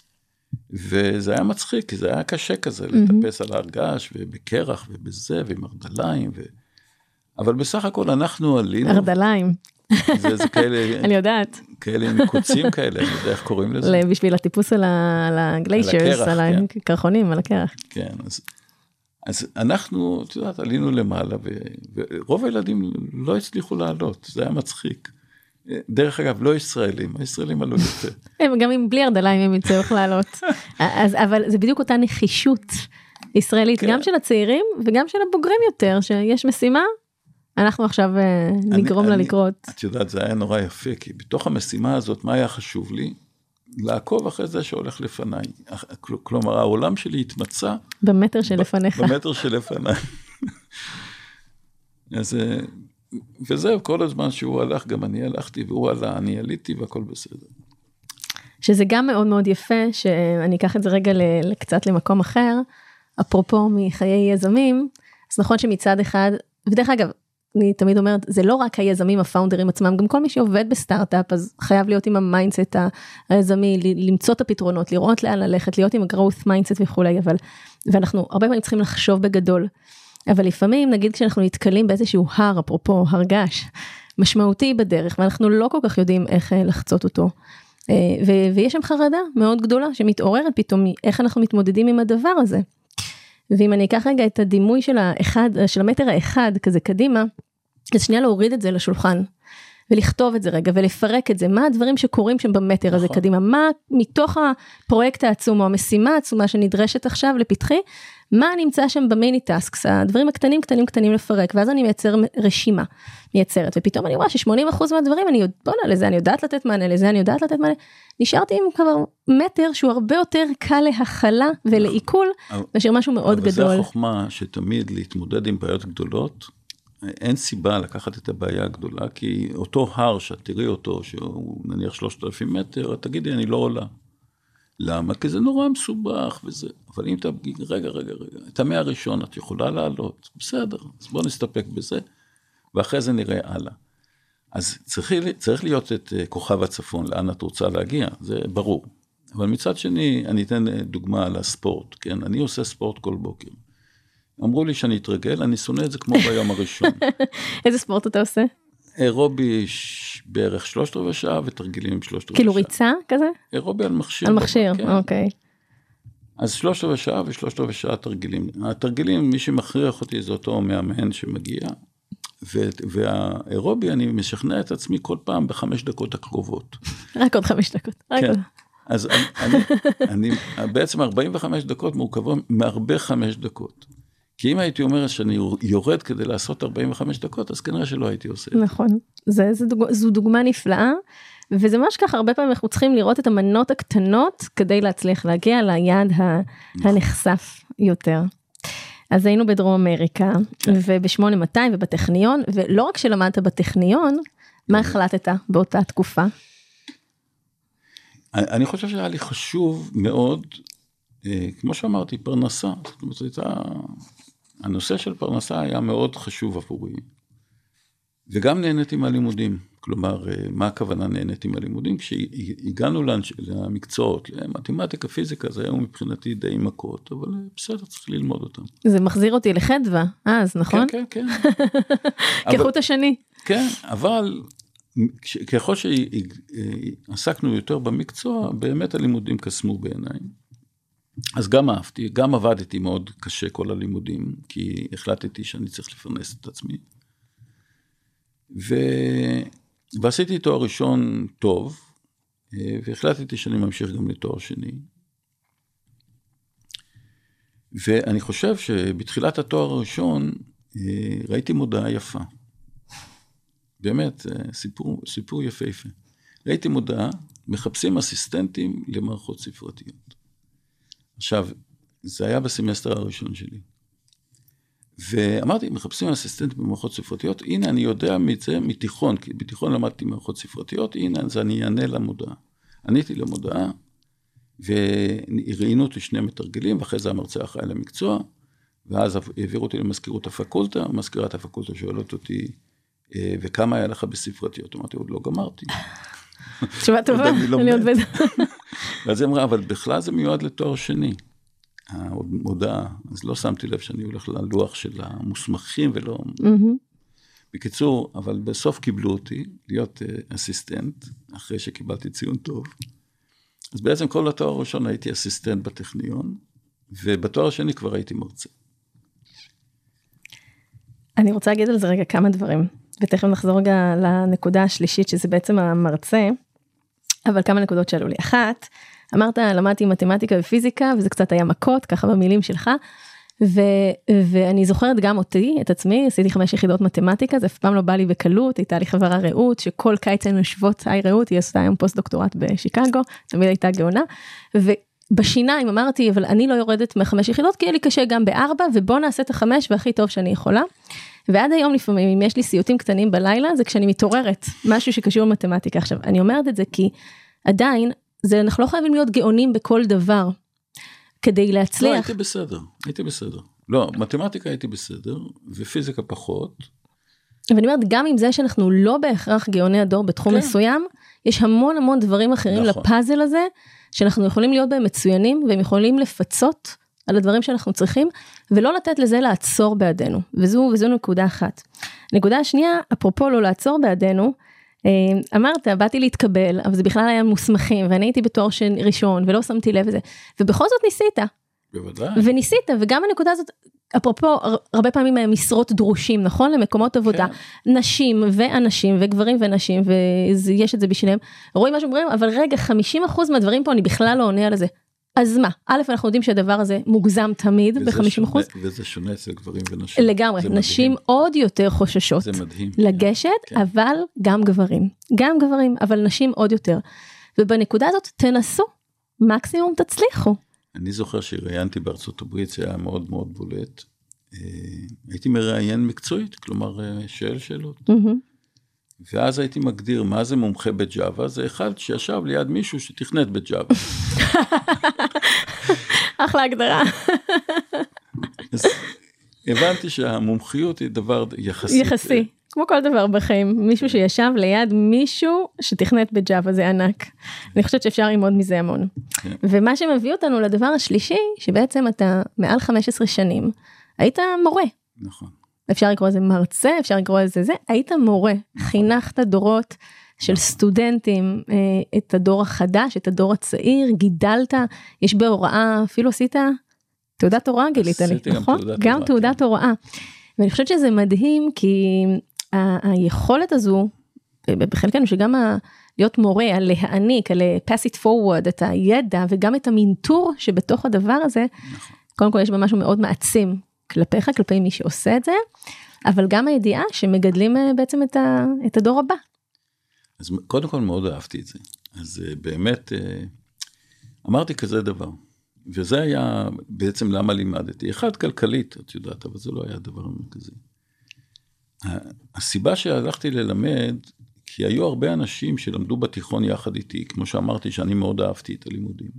וזה היה מצחיק, כי זה היה קשה כזה, לטפס על הרגש ובקרח ובזה, ועם ארדליים. ו... אבל בסך הכל אנחנו עלינו. ארדליים. זה, זה כאלה... אני יודעת. כאלה מקוצים כאלה, אני יודע איך קוראים לזה. בשביל הטיפוס על הגליישרס, על הקרחונים, על הקרח. כן, אז, אז אנחנו, את יודעת, עלינו למעלה, ורוב הילדים לא הצליחו לעלות, זה היה מצחיק. דרך אגב, לא ישראלים, הישראלים עלו יותר. הם גם אם בלי ארדליים הם יצטרכו לעלות. אז, אבל זה בדיוק אותה נחישות ישראלית, גם של הצעירים וגם של הבוגרים יותר, שיש משימה, אנחנו עכשיו נגרום לה לקרות. את יודעת, זה היה נורא יפה, כי בתוך המשימה הזאת, מה היה חשוב לי? לעקוב אחרי זה שהולך לפניי. כלומר, העולם שלי התמצא. במטר שלפניך. במטר שלפניי. אז, וזהו, כל הזמן שהוא הלך, גם אני הלכתי, והוא עלה, אני עליתי, והכל בסדר. שזה גם מאוד מאוד יפה, שאני אקח את זה רגע קצת למקום אחר, אפרופו מחיי יזמים, אז נכון שמצד אחד, ודרך אגב, אני תמיד אומרת, זה לא רק היזמים, הפאונדרים עצמם, גם כל מי שעובד בסטארט-אפ, אז חייב להיות עם המיינדסט היזמי, למצוא את הפתרונות, לראות לאן ללכת, להיות עם ה-growth mindset וכולי, אבל, ואנחנו הרבה פעמים צריכים לחשוב בגדול, אבל לפעמים, נגיד כשאנחנו נתקלים באיזשהו הר, אפרופו הרגש, משמעותי בדרך, ואנחנו לא כל כך יודעים איך לחצות אותו, ו- ויש שם חרדה מאוד גדולה, שמתעוררת פתאום, איך אנחנו מתמודדים עם הדבר הזה. ואם אני אקח רגע את הדימוי של האחד, של המטר האחד, כזה קדימה, אז שנייה להוריד את זה לשולחן, ולכתוב את זה רגע, ולפרק את זה, מה הדברים שקורים שם במטר הזה קדימה, מה מתוך הפרויקט העצום, או המשימה העצומה שנדרשת עכשיו לפתחי, מה נמצא שם במיני טאסקס, הדברים הקטנים, קטנים, קטנים לפרק, ואז אני מייצר רשימה, מייצרת, ופתאום אני רואה ש-שמונים אחוז מהדברים, אני יודעת, לזה אני יודעת לתת מענה, לזה אני יודעת לתת מענה, נשארתי עם כבר מטר, שהוא הרבה יותר קל להכלה ולעיכול, מאשר משהו מאוד גדול. אבל זה החוכמה שתמיד להתמודד עם בעיות גדולות, אין סיבה לקחת את הבעיה הגדולה, כי אותו הר שאת תראי אותו, שהוא נניח שלושת אלפים מטר, תגידי, אני לא עולה. למה? כי זה נורא מסובך וזה, אבל אם אתה, רגע, רגע, רגע, את המאה הראשון את יכולה לעלות, בסדר, אז בוא נסתפק בזה, ואחרי זה נראה הלאה. אז צריך, צריך להיות את כוכב הצפון, לאן את רוצה להגיע, זה ברור. אבל מצד שני, אני אתן דוגמה על הספורט, כן? אני עושה ספורט כל בוקר. אמרו לי שאני אתרגל, אני שונא את זה כמו ביום הראשון. איזה ספורט אתה עושה? אירובי בערך שלושת רבעי שעה, ותרגילים שלושת רבעי שעה. כאילו ריצה כזה? אירובי על מכשיר. על מכשיר, אוקיי. אז שלושת רבעי שעה ושלושת רבעי שעה תרגילים. התרגילים, מי שמכריח אותי זה אותו מאמן שמגיע, והאירובי אני משכנע את עצמי כל פעם בחמש דקות הקרובות. רק עוד חמש דקות. כן. אז אני, אני, בעצם ארבעים וחמש דקות מורכבות מהרבה חמש דקות. כי אם הייתי אומר שאני יורד כדי לעשות ארבעים וחמש דקות, אז כנראה שלא הייתי עושה. נכון, זה, זה דוג... זו דוגמה נפלאה, וזה ממש ככה, הרבה פעמים אנחנו צריכים לראות את המנות הקטנות, כדי להצליח להגיע ליעד הנחשף יותר. אז היינו בדרום אמריקה, וב-שמונה מאתיים ובטכניון, ולא רק שלמדת בטכניון, מה החלטת באותה תקופה? אני חושב שהיה לי חשוב מאוד, כמו שאמרתי, פרנסה. זאת אומרת, הייתה... הנושא של פרנסה היה מאוד חשוב עבורי. וגם נהניתי מהלימודים. כלומר, מה הכוונה נהניתי מהלימודים? כשהגענו למקצועות, למתמטיקה, פיזיקה, זה היה מבחינתי די מכות, אבל בסדר, צריך ללמוד אותם. זה מחזיר אותי לחדווה, אז, נכון? כן, כן, כן. כחוט השני. כן, אבל ככל שעסקנו יותר במקצוע, באמת הלימודים קסמו בעיניי. אז גם אהבתי, גם עבדתי מאוד קשה כל הלימודים, כי החלטתי שאני צריך לפרנס את עצמי. ו... ועשיתי תואר ראשון טוב, והחלטתי שאני ממשיך גם לתואר שני. ואני חושב שבתחילת התואר הראשון, ראיתי מודעה יפה. באמת, סיפור, סיפור יפה יפה. ראיתי מודעה, מחפשים אסיסטנטים למערכות ספרתיות. עכשיו, זה היה בסמסטר הראשון שלי. ואמרתי, מחפשים אסיסטנט במערכות ספרתיות, הנה אני יודע מזה, מתיכון, כי בתיכון למדתי מערכות ספרתיות, הנה אז אני אענה למודעה. עניתי למודעה, וראינו אותי שני מתרגלים, ואחרי זה המרצה אחראי למקצוע, ואז העבירו אותי למזכירות הפקולטה, מזכירת הפקולטה שואלת אותי, וכמה היה לך בספרתיות? אמרתי, עוד לא גמרתי. תשובה טובה, אני עוד בזה. ואז היא אמרה, אבל בכלל זה מיועד לתואר שני. המודעה, אז לא שמתי לב שאני הולך ללוח של המוסמכים ולא... בקיצור, אבל בסוף קיבלו אותי להיות אסיסטנט, אחרי שקיבלתי ציון טוב. אז בעצם כל התואר הראשון הייתי אסיסטנט בטכניון, ובתואר השני כבר הייתי מרצה. אני רוצה להגיד על זה רגע כמה דברים, ותכף נחזור רגע לנקודה השלישית, שזה בעצם המרצה, אבל כמה נקודות שעלו לי. אחת, אמרת, למדתי מתמטיקה ופיזיקה, וזה קצת היה מכות, ככה במילים שלך, ו, ואני זוכרת גם אותי, את עצמי, עשיתי חמש יחידות מתמטיקה, זה אף פעם לא בא לי בקלות, הייתה לי חברה רעות, שכל קיץ היינו יושבות, היי רעות, היא עשתה היום פוסט דוקטורט בשיקגו, תמיד הייתה גאונה, ובשיניים אמרתי, אבל אני לא יורדת מחמש יחידות, כי יהיה לי קשה גם בארבע, ובוא נעשה את החמש, והכי טוב שאני יכולה, ועד היום לפעמים, אם יש לי סיוטים קטנים בלילה, זה כשאני מתעוררת, משהו שקשור למתמטיקה. עכשיו, אני אומרת את זה כי עדיין, זה, אנחנו לא חייבים להיות גאונים בכל דבר, כדי להצליח. לא, הייתי בסדר, הייתי בסדר. לא, מתמטיקה הייתי בסדר, ופיזיקה פחות, ואני אומרת, גם עם זה שאנחנו לא בהכרח גאוני הדור בתחום כן. מסוים, יש המון המון דברים אחרים נכון. לפאזל הזה, שאנחנו יכולים להיות בהם מצוינים, והם יכולים לפצות על הדברים שאנחנו צריכים, ולא לתת לזה לעצור בעדינו, וזו, וזו נקודה אחת. נקודה השנייה, אפרופו לא לעצור בעדינו, אמרת, באתי להתקבל, אבל זה בכלל היה מוסמכים, ואני הייתי בתואר ראשון, ולא שמתי לב לזה, ובכל זאת ניסית. בוודאי. וניסית, וגם הנקודה הזאת, אפרופו, הרבה פעמים משרות דרושים, נכון? למקומות עבודה, כן. נשים ואנשים, וגברים ונשים, ויש את זה בשניהם, רואים מה שאומרים, אבל רגע, חמישים אחוז מהדברים פה, אני בכלל לא עונה על זה. אז מה? א', אנחנו יודעים שהדבר הזה מוגזם תמיד, ב-חמישים אחוז. וזה שונה אצל גברים ונשים. לגמרי, נשים עוד יותר חוששות. זה מדהים. לגשת, כן. אבל גם גברים. גם גברים, אבל נשים עוד יותר. ובנקודה הזאת, תנסו, מקסימום תצליחו. אני זוכר שראיינתי בארצות הברית, זה היה מאוד מאוד בולט. הייתי מראיין מקצועית, כלומר, שאל שאלות. ואז הייתי מגדיר מה זה מומחה בג'אווה, זה אחד שישב ליד מישהו שתכנת בג'אווה. אחלה הגדרה. אז הבנתי שהמומחיות היא דבר יחסי. יחסי, כמו כל דבר בחיים. מישהו שישב ליד מישהו שתכנת בג'אווה, זה ענק. אני חושבת שאפשר ללמוד מזה המון. ומה שמביא אותנו לדבר השלישי, שבעצם אתה מעל חמש עשרה שנים, היית מורה. נכון. אפשר לקרוא לזה מרצה, אפשר לקרוא לזה זה, היית מורה, חינכת דורות של סטודנטים, את הדור החדש, את הדור הצעיר, גידלת, יש בהוראה, אפילו עשית תעודת הוראה גילית לי, נכון? גם תעודת הוראה. ואני חושבת שזה מדהים, כי היכולת הזו, בחלקנו שגם להיות מורה, להעניק, pass it forward, את הידע, וגם את המינטור שבתוך הדבר הזה, קודם כל יש בה משהו מאוד מעצים, כלפיך, כלפי מי שעושה את זה, אבל גם הידיעה שמגדלים בעצם את, ה, את הדור הבא. אז קודם כל מאוד אהבתי את זה. אז באמת, אמרתי כזה דבר, וזה היה בעצם למה לימדתי. אחד כלכלית, את יודעת, אבל זה לא היה דבר כזה. הסיבה שהלכתי ללמד, כי היו הרבה אנשים שלמדו בתיכון יחד איתי, כמו שאמרתי שאני מאוד אהבתי את הלימודים.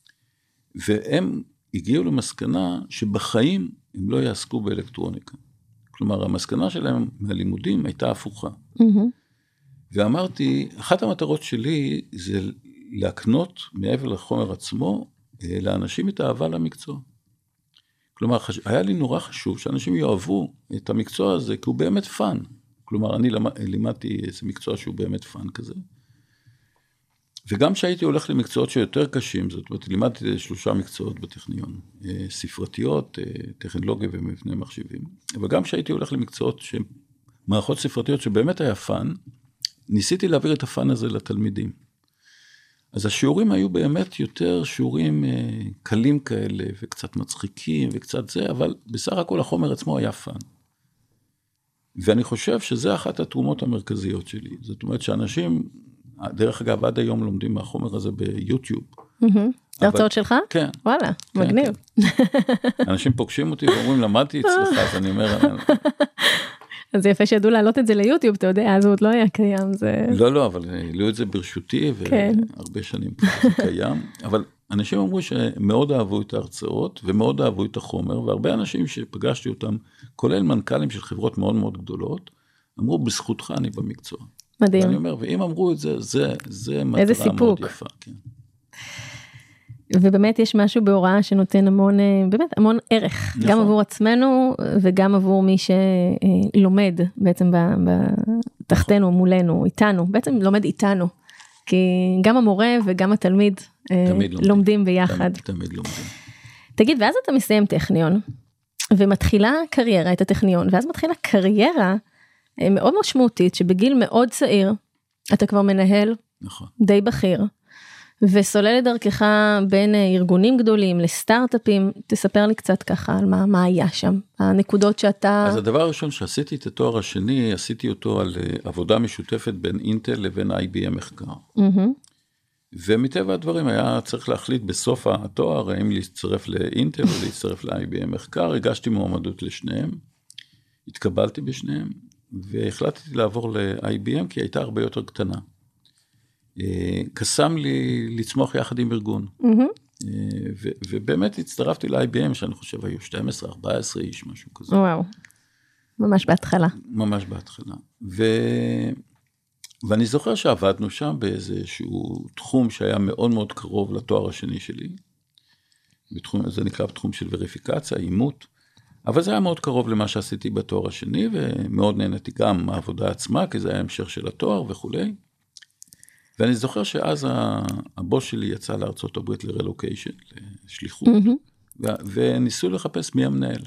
והם הגיעו למסקנה שבחיים הם לא יעסקו באלקטרוניקה. כלומר, המסקנה שלהם מהלימודים הייתה הפוכה. Mm-hmm. ואמרתי, אחת המטרות שלי זה להקנות מעבר לחומר עצמו, לאנשים את האהבה למקצוע. כלומר, היה לי נורא חשוב שאנשים יאהבו את המקצוע הזה, כי הוא באמת פן. כלומר, אני לימדתי איזה מקצוע שהוא באמת פן כזה. וגם שהייתי הולך למקצועות שיותר קשים, זאת אומרת, לימדתי שלושה מקצועות בטכניון, ספרתיות, טכנולוגיה ומבנה מחשבים, אבל גם שהייתי הולך למקצועות מערכות ספרתיות שבאמת היה פן, ניסיתי להעביר את הפן הזה לתלמידים. אז השיעורים היו באמת יותר שיעורים קלים כאלה, וקצת מצחיקים וקצת זה, אבל בסך הכל החומר עצמו היה פן. ואני חושב שזה אחת התרומות המרכזיות שלי. זאת אומרת שאנשים, דרך אגב, עד היום לומדים מהחומר הזה ביוטיוב. זה הרצאות שלך? כן. וואלה, מגניב. אנשים פוגשים אותי ואומרים, למדתי אצלך, אז אני אומר... אז זה יפה שידעו להעלות את זה ליוטיוב, אתה יודע, אז הוא עוד לא היה קיים. לא, לא, אבל העלו את זה ברשותי, והרבה שנים זה קיים. אבל אנשים אמרו שמאוד אהבו את ההרצאות, ומאוד אהבו את החומר, והרבה אנשים שפגשתי אותם, כולל מנכ"לים של חברות מאוד מאוד גדולות, אמרו, בזכותך אני במקצוע. מדהים. ואני אומר, ואם אמרו את זה, זה, זה מטרה מאוד יפה. כן. ובאמת יש משהו בהוראה שנותן המון, באמת המון ערך, נכון. גם עבור עצמנו, וגם עבור מי שלומד בעצם בתחתנו, נכון. מולנו, איתנו, בעצם לומד איתנו, כי גם המורה וגם התלמיד לומדים. לומדים ביחד. תמיד, תמיד לומדים. תגיד, ואז אתה מסיים טכניון, ומתחילה קריירה, את הטכניון, ואז מתחילה קריירה מאוד משמעותית, שבגיל מאוד צעיר, אתה כבר מנהל, נכון. די בכיר, וסולל לדרכך בין ארגונים גדולים לסטארט-אפים, תספר לי קצת ככה על מה, מה היה שם, הנקודות שאתה... אז הדבר הראשון שעשיתי את התואר השני, עשיתי אותו על עבודה משותפת בין אינטל לבין איי בי אם מחקר. Mm-hmm. ומטבע הדברים היה צריך להחליט בסוף התואר, האם להצטרף לאינטל או להצטרף ל-איי בי אם מחקר, הגשתי מועמדות לשניהם, התקבלתי בשניהם, והחלטתי לעבור ל-איי בי אם כי הייתה הרבה יותר קטנה. קסם לי לצמוח יחד עם ארגון. Mm-hmm. ו- ובאמת הצטרפתי ל-איי בי אם, שאני חושב היו שתים עשרה ארבע עשרה איש, משהו כזה. וואו. ממש בהתחלה. ממש בהתחלה. ו... ואני זוכר שעבדנו שם באיזשהו תחום שהיה מאוד מאוד קרוב לתואר השני שלי, בתחום, זה נקרא בתחום של וריפיקציה, אימות, אבל זה היה מאוד קרוב למה שעשיתי בתואר השני, ומאוד נהניתי גם מהעבודה עצמה, כי זה היה המשך של התואר וכו'. ואני זוכר שאז הבוס שלי יצא לארצות הברית לרלוקיישן, לשליחות, mm-hmm. ו- וניסו לחפש מי המנהל.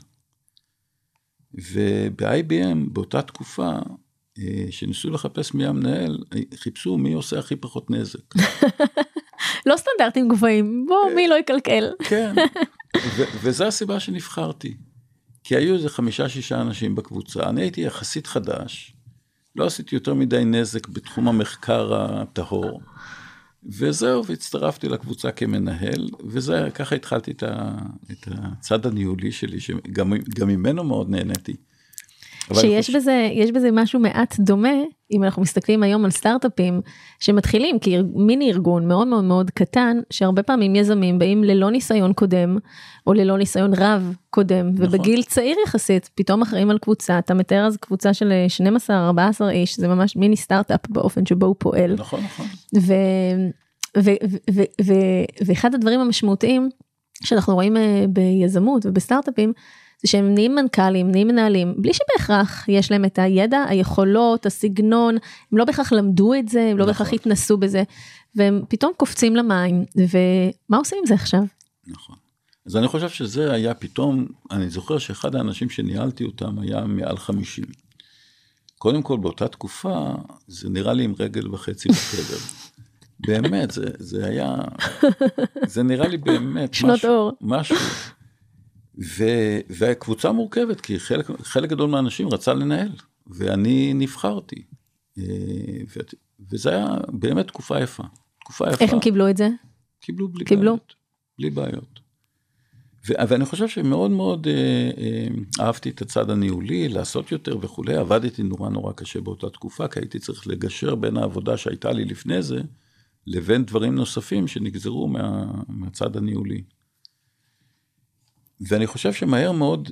וב-איי בי אם באותה תקופה, שניסו לחפש מי המנהל, חיפשו מי עושה הכי פחות נזק. לא סטנדרטים גבוהים, בוא, מי לא יקלקל. כן, ו- וזו הסיבה שנבחרתי. כי היו איזה חמישה, שישה אנשים בקבוצה, אני הייתי יחסית חדש, לא עשיתי יותר מדי נזק בתחום המחקר הטהור, וזהו, והצטרפתי לקבוצה כמנהל, וזה, ככה התחלתי את, ה, את הצד הניהולי שלי, שגם גם ממנו מאוד נהניתי. שיש חושב... בזה, יש בזה משהו מעט דומה, אם אנחנו מסתכלים היום על סטארט-אפים, שמתחילים כמיני ארגון מאוד מאוד מאוד קטן, שהרבה פעמים יזמים באים ללא ניסיון קודם, או ללא ניסיון רב קודם, נכון. ובגיל צעיר יחסית, פתאום אחראים על קבוצה, אתה מתאר אז קבוצה של שנים עשר ארבע עשרה איש, זה ממש מיני סטארט-אפ באופן שבו הוא פועל. נכון, נכון. ו... ו... ו... ו... ו... ואחד הדברים המשמעותיים, שאנחנו רואים ביזמות ובסטארט-אפים, זה שהם נהיים מנכ"לים, נהיים מנהלים, בלי שבהכרח יש להם את הידע, היכולות, הסגנון, הם לא בהכרח למדו את זה, הם לא בהכרח התנסו בזה, והם פתאום קופצים למים, ומה עושים עם זה עכשיו? נכון. אז אני חושב שזה היה פתאום, אני זוכר שאחד האנשים שניהלתי אותם היה מעל חמישים. קודם כל, באותה תקופה, זה נראה לי עם רגל וחצי בקבר. באמת, זה, זה היה, זה נראה לי באמת שנות משהו, אור. משהו. ו, והקבוצה מורכבת, כי חלק, חלק גדול מהאנשים רצה לנהל, ואני נבחרתי. ו, וזה היה באמת תקופה יפה. תקופה יפה. איך הם קיבלו את זה? קיבלו בלי קיבלו? בעיות. בלי בעיות. ו, ואני חושב שמאוד מאוד אה, אה, אהבתי את הצד הניהולי, לעשות יותר וכו'. עבדתי נורא נורא קשה באותה תקופה, כי הייתי צריך לגשר בין העבודה שהייתה לי לפני זה, לבין דברים נוספים שנגזרו מה, מהצד הניהולי. ואני חושב שמהר מאוד,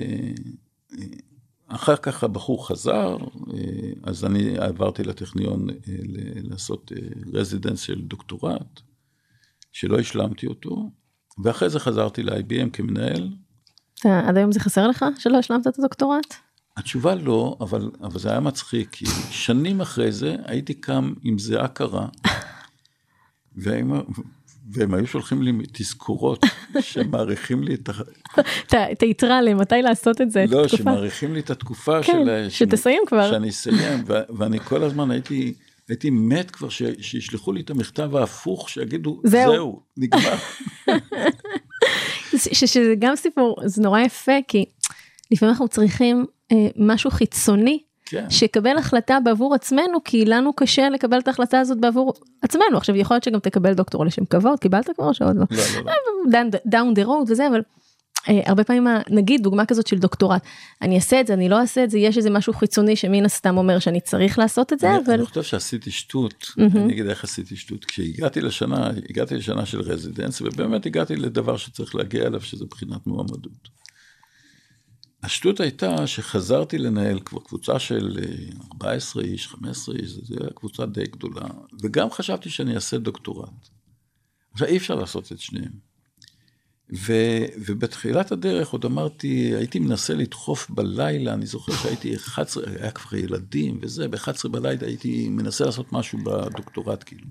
אחר כך הבחור חזר, אז אני עברתי לטכניון לעשות רזידנס של דוקטורט, שלא השלמתי אותו, ואחרי זה חזרתי ל-איי בי אם כמנהל. עד היום זה חסר לך שלא השלמת את הדוקטורט? התשובה לא, אבל, אבל זה היה מצחיק, כי שנים אחרי זה הייתי קם עם זיעה קרה, והם... והם היו שולחים לי תזכורות שמעריכים לי את ה... את היתרה לי, מתי לעשות את זה? לא, שמעריכים לי את התקופה של... שתסיים כבר. שאני אסיים, ואני כל הזמן הייתי, הייתי מת כבר שישלחו לי את המכתב ההפוך, שיגידו, זהו, נגמר. שזה גם סיפור, זה נורא יפה, כי לפעמים אנחנו צריכים משהו חיצוני, שיקבל החלטה בעבור עצמנו, כי לנו קשה לקבל את ההחלטה הזאת בעבור עצמנו. עכשיו, יכול להיות שגם תקבל דוקטור לשם כבוד, קיבלת כבר שעוד לא. לא, לא, לא. down the road וזה, אבל הרבה פעמים, נגיד, דוגמה כזאת של דוקטורט, אני אעשה את זה, אני לא אעשה את זה, יש איזה משהו חיצוני שמין הסתם אומר שאני צריך לעשות את זה, אבל... אני חושב שעשיתי שטות, אני אגיד איך עשיתי שטות, כשהגעתי לשנה, הגעתי לשנה של רזידנס, ובאמת הגעתי לדבר שצריך להגיע אליו, שזה בחינת מועמדות. השטות הייתה שחזרתי לנהל כבר קבוצה של ארבע עשרה איש, חמש עשרה איש, זו הייתה קבוצה די גדולה, וגם חשבתי שאני אעשה דוקטורט. עכשיו אי אפשר לעשות את שניהם. ו, ובתחילת הדרך עוד אמרתי, הייתי מנסה לדחוף בלילה, אני זוכר שהייתי אחת עשרה, היה כבר ילדים וזה, ב-אחת עשרה בלילה הייתי מנסה לעשות משהו בדוקטורט כאילו.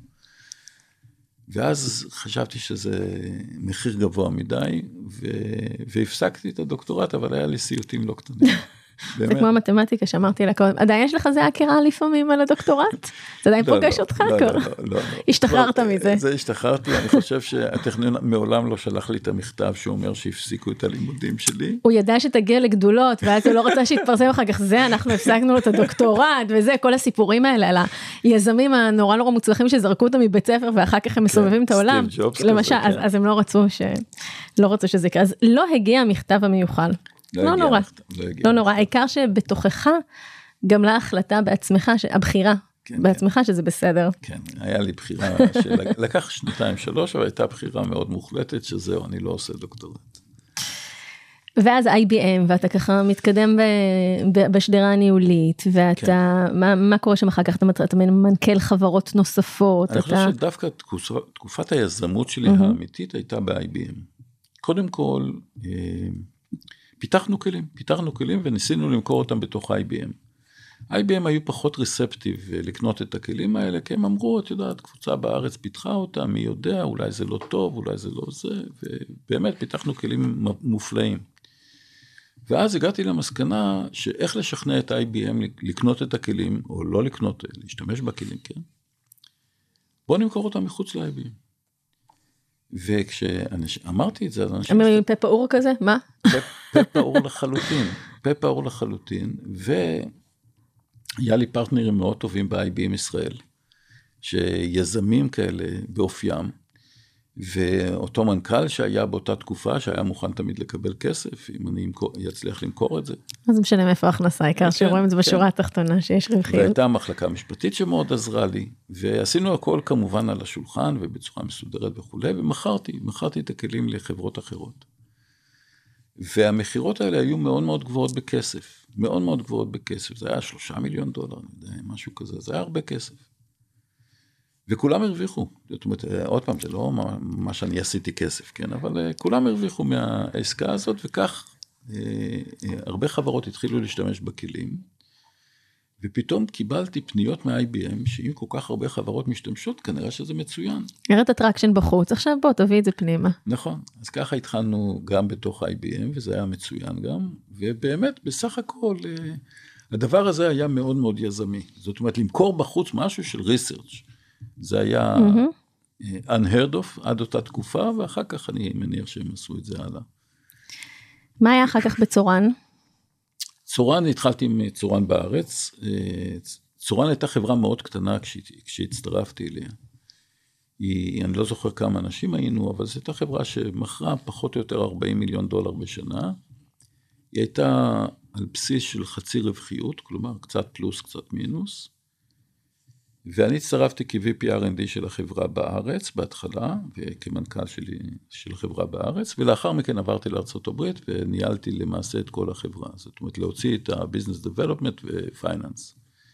ואז חשבתי שזה מחיר גבוה מדי, ו... והפסקתי את הדוקטורט, אבל היה לי סיוטים לא קטנים. זה כמו המתמטיקה שאמרתי לה קודם, עדיין יש לך זה הכרה לפעמים על הדוקטורט? זה עדיין פוגש אותך? לא, לא, לא. השתחררת מזה. זה השתחררתי, אני חושב שהטכניון מעולם לא שלח לי את המכתב שאומר שהפסיקו את הלימודים שלי. הוא ידע שתגיע לגדולות, ואז הוא לא רצה שיתפרסם אחר כך, זה אנחנו הפסקנו את הדוקטורט, וזה כל הסיפורים האלה, על היזמים הנורא נורא מוצלחים שזרקו אותם מבית ספר, ואחר כך הם מסובבים את העולם. למשל, אז הם לא רצו ש... לא רצו שזה יקרה. אז לא הגיע המכתב המיוחל. לא נורא, לא נורא, העיקר שבתוכך גם להחלטה בעצמך, הבחירה בעצמך שזה בסדר. כן, היה לי בחירה שלקח שנתיים שלוש, אבל הייתה בחירה מאוד מוחלטת שזהו, אני לא עושה דוקטורט. ואז איי בי אם, ואתה ככה מתקדם בשדרה הניהולית, ואתה, מה, מה קורה שם אחר כך? אתה, אתה מנכ"ל חברות נוספות. אני אתה... חושב שדווקא תקופת היזמות שלי mm-hmm. האמיתית הייתה ב-איי בי אם. קודם כל, פיתחנו כלים, פיתחנו כלים וניסינו למכור אותם בתוך איי בי אם. איי בי אם היו פחות ריספטיב לקנות את הכלים האלה, כי הם אמרו, את יודעת, קבוצה בארץ פיתחה אותה, מי יודע, אולי זה לא טוב, אולי זה לא זה, ובאמת פיתחנו כלים מופלאים. ואז הגעתי למסקנה שאיך לשכנע את איי בי אם לקנות את הכלים, או לא לקנות, להשתמש בכלים, כן? בוא נמכור אותם מחוץ ל-איי בי אם. וכשאמרתי את זה, אז אנשים... הם פה פעור כזה? מה? פה פעור לחלוטין, פה פעור לחלוטין, והיה לי פרטנרים מאוד טובים ב-איי בי אם ישראל, שיזמים כאלה באופיים, ואותו מנכ"ל שהיה באותה תקופה, שהיה מוכן תמיד לקבל כסף, אם אני אצליח למכור את זה. אז זה משנה מאיפה ההכנסה, העיקר שרואים את זה בשורה התחתונה, שיש רווחיות. והייתה מחלקה משפטית שמאוד עזרה לי, ועשינו הכל כמובן על השולחן, ובצורה מסודרת וכו', ומכרתי, מכרתי את הכלים לחברות אחרות. והמחירות האלה היו מאוד מאוד גבוהות בכסף, מאוד מאוד גבוהות בכסף, זה היה שלושה מיליון דולר, משהו כזה, זה היה הרבה כסף. וכולם הרוויחו, זאת אומרת, עוד פעם, זה לא מה שאני עשיתי כסף, כן, אבל כולם הרוויחו מהעסקה הזאת, וכך הרבה חברות התחילו להשתמש בכלים, ופתאום קיבלתי פניות מה-איי בי אם, שאם כל כך הרבה חברות משתמשות, כנראה שזה מצוין. נראית הטרקשן בחוץ, עכשיו בוא תביא את זה פנימה. נכון, אז ככה התחלנו גם בתוך איי בי אם, וזה היה מצוין גם, ובאמת, בסך הכל, הדבר הזה היה מאוד מאוד יזמי, זאת אומרת, למכור בחוץ משהו של ריסרצ', זה היה mm-hmm. unheard of עד אותה תקופה, ואחר כך אני מניח שהם עשו את זה הלאה. מה היה אחר כך בצורן? צורן, התחלתי עם צורן בארץ. צורן הייתה חברה מאוד קטנה כשהצטרפתי אליה. היא, אני לא זוכר כמה אנשים היינו, אבל זו הייתה חברה שמכרה פחות או יותר ארבעים מיליון דולר בשנה. היא הייתה על בסיס של חצי רווחיות, כלומר קצת פלוס, קצת מינוס. ואני הצטרפתי כ-וי פי אר אנד די של החברה בארץ, בהתחלה, וכמנכ"ל שלי, של החברה בארץ, ולאחר מכן עברתי לארצות הברית, וניהלתי למעשה את כל החברה. זאת אומרת, להוציא את ה-Business Development ו-Finance.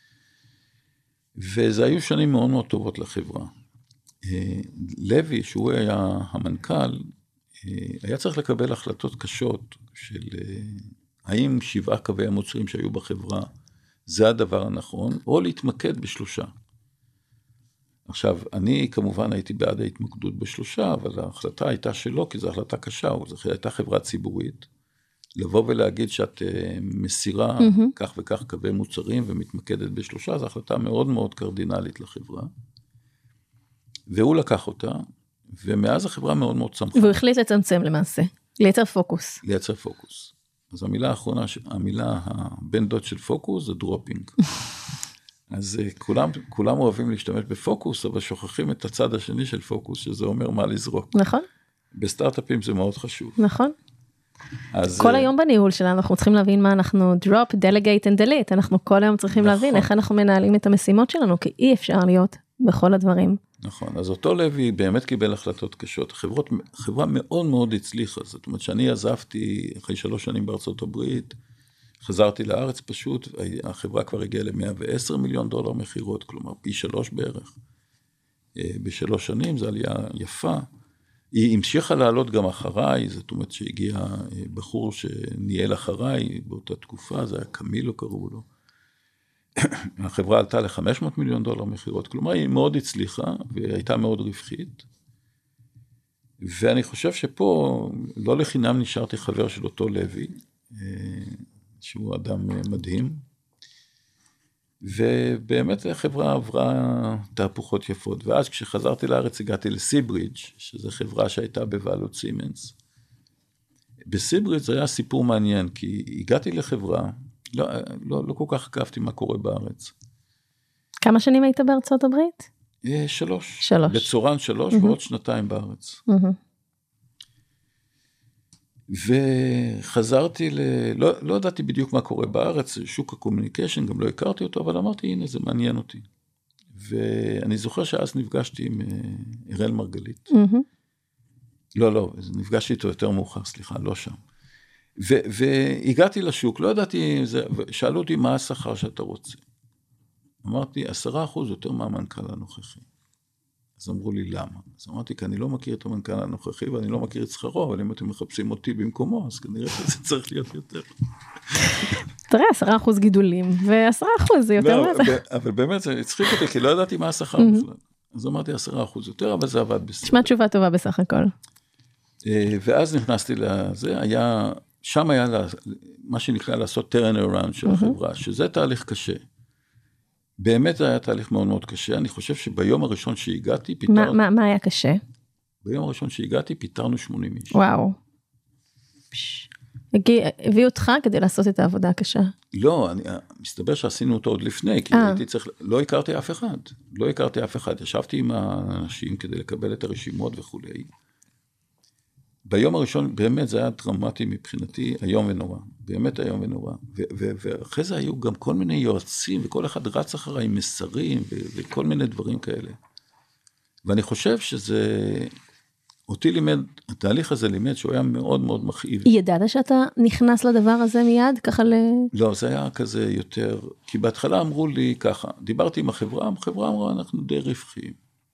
וזה היו שנים מאוד מאוד טובות לחברה. לוי, שהוא היה המנכ"ל, היה צריך לקבל החלטות קשות, של האם שבעה קווי המוצרים שהיו בחברה, זה הדבר הנכון, או להתמקד בשלושה. עכשיו, אני כמובן הייתי בעד ההתמקדות בשלושה, אבל ההחלטה הייתה שלא, כי זו החלטה קשה, זו הייתה חברה ציבורית, לבוא ולהגיד שאת מסירה mm-hmm. כך וכך קווי מוצרים, ומתמקדת בשלושה, זו החלטה מאוד מאוד קרדינלית לחברה. והוא לקח אותה, ומאז החברה מאוד מאוד צמחה. והוא החליט לצמצם למעשה, לייצר פוקוס. לייצר פוקוס. אז המילה האחרונה, המילה הבן דוד של פוקוס, זה דרופינג. אז כולם, כולם אוהבים להשתמש בפוקוס, אבל שוכחים את הצד השני של פוקוס, שזה אומר מה לזרוק. נכון. בסטארט-אפים זה מאוד חשוב. נכון. אז, כל היום בניהול שלנו, אנחנו צריכים להבין מה אנחנו drop, delegate and delete, אנחנו כל היום צריכים נכון. להבין איך אנחנו מנהלים את המשימות שלנו, כי אי אפשר להיות בכל הדברים. נכון, אז אותו לוי באמת קיבל החלטות קשות, חברות, חברה מאוד מאוד הצליחה, זאת אומרת שאני עזבתי אחרי שלוש שנים בארצות הברית, חזרתי לארץ פשוט, החברה כבר הגיעה ל-מאה ועשרה מיליון דולר מחירות, כלומר פי שלוש בערך, בשלוש שנים, זו עלייה יפה, היא המשיכה לעלות גם אחריי, זאת אומרת שהגיע בחור שניהל אחריי באותה תקופה, זה היה קמילו קראו לו, החברה עלתה ל-חמש מאות מיליון דולר מחירות, כלומר היא מאוד הצליחה, והייתה מאוד רווחית, ואני חושב שפה, לא לחינם נשארתי חבר של אותו לוי, שהוא אדם מדהים, ובאמת החברה עברה תהפוכות יפות, ואז כשחזרתי לארץ הגעתי לסיברידג', שזו חברה שהייתה בבעלות סימנס. בסיברידג' זה היה סיפור מעניין, כי הגעתי לחברה, לא, לא, לא כל כך עקבתי מה קורה בארץ. כמה שנים היית בארצות הברית? שלוש. שלוש. בצורן שלוש, mm-hmm. ועוד שנתיים בארץ. Mm-hmm. וחזרתי ל... לא, לא ידעתי בדיוק מה קורה בארץ, שוק הקומוניקיישן, גם לא הכרתי אותו, אבל אמרתי, הנה, זה מעניין אותי. ואני זוכר שאז נפגשתי עם אראל מרגלית. Mm-hmm. לא, לא, נפגשתי איתו יותר מאוחר, סליחה, לא שם. והגעתי לשוק, לא ידעתי, שאלו אותי מה השכר שאתה רוצה. אמרתי, עשרה אחוז יותר מהמנכ"ל הנוכחי. אז אמרו לי, למה? אז אמרתי, כי אני לא מכיר את המנכ"ל הנוכחי, ואני לא מכיר את שכרו, אבל אם אתם מחפשים אותי במקומו, אז כנראה שזה צריך להיות יותר. תראה, עשרה אחוז גידולים, ועשרה אחוז זה יותר מזה. אבל באמת, זה הצחיק אותי, כי לא ידעתי מה השכר בכלל. אז אמרתי, עשרה אחוז יותר, אבל זה עבד בסדר. שמע תשובה טובה בסך הכל. ואז נכנסתי לזה, היה, שם היה מה שנקרא לעשות turn around של החברה, שזה תהליך קשה. באמת זה היה תהליך מאוד מאוד קשה, אני חושב שביום הראשון שהגעתי, פיתרנו... מה, מה היה קשה? ביום הראשון שהגעתי, פיתרנו שמונים איש. וואו. הביאו אותך כדי לעשות את העבודה הקשה. לא, אני, מסתבר שעשינו אותו עוד לפני, כי הייתי צריך, לא הכרתי אף אחד, לא הכרתי אף אחד, ישבתי עם האנשים כדי לקבל את הרשימות וכו'. ביום הראשון, באמת זה היה דרמטי מבחינתי, היום ונורא, באמת היום ונורא, ואחרי זה היו גם כל מיני יועצים, וכל אחד רץ אחריי עם מסרים, וכל מיני דברים כאלה. ואני חושב שזה, אותי לימד, התהליך הזה לימד שהוא היה מאוד מאוד מכאיב. ידעת שאתה נכנס לדבר הזה מיד, ככה ל... לא, זה היה כזה יותר, כי בהתחלה אמרו לי ככה, דיברתי עם החברה, החברה אמרה, אנחנו די רווחיים.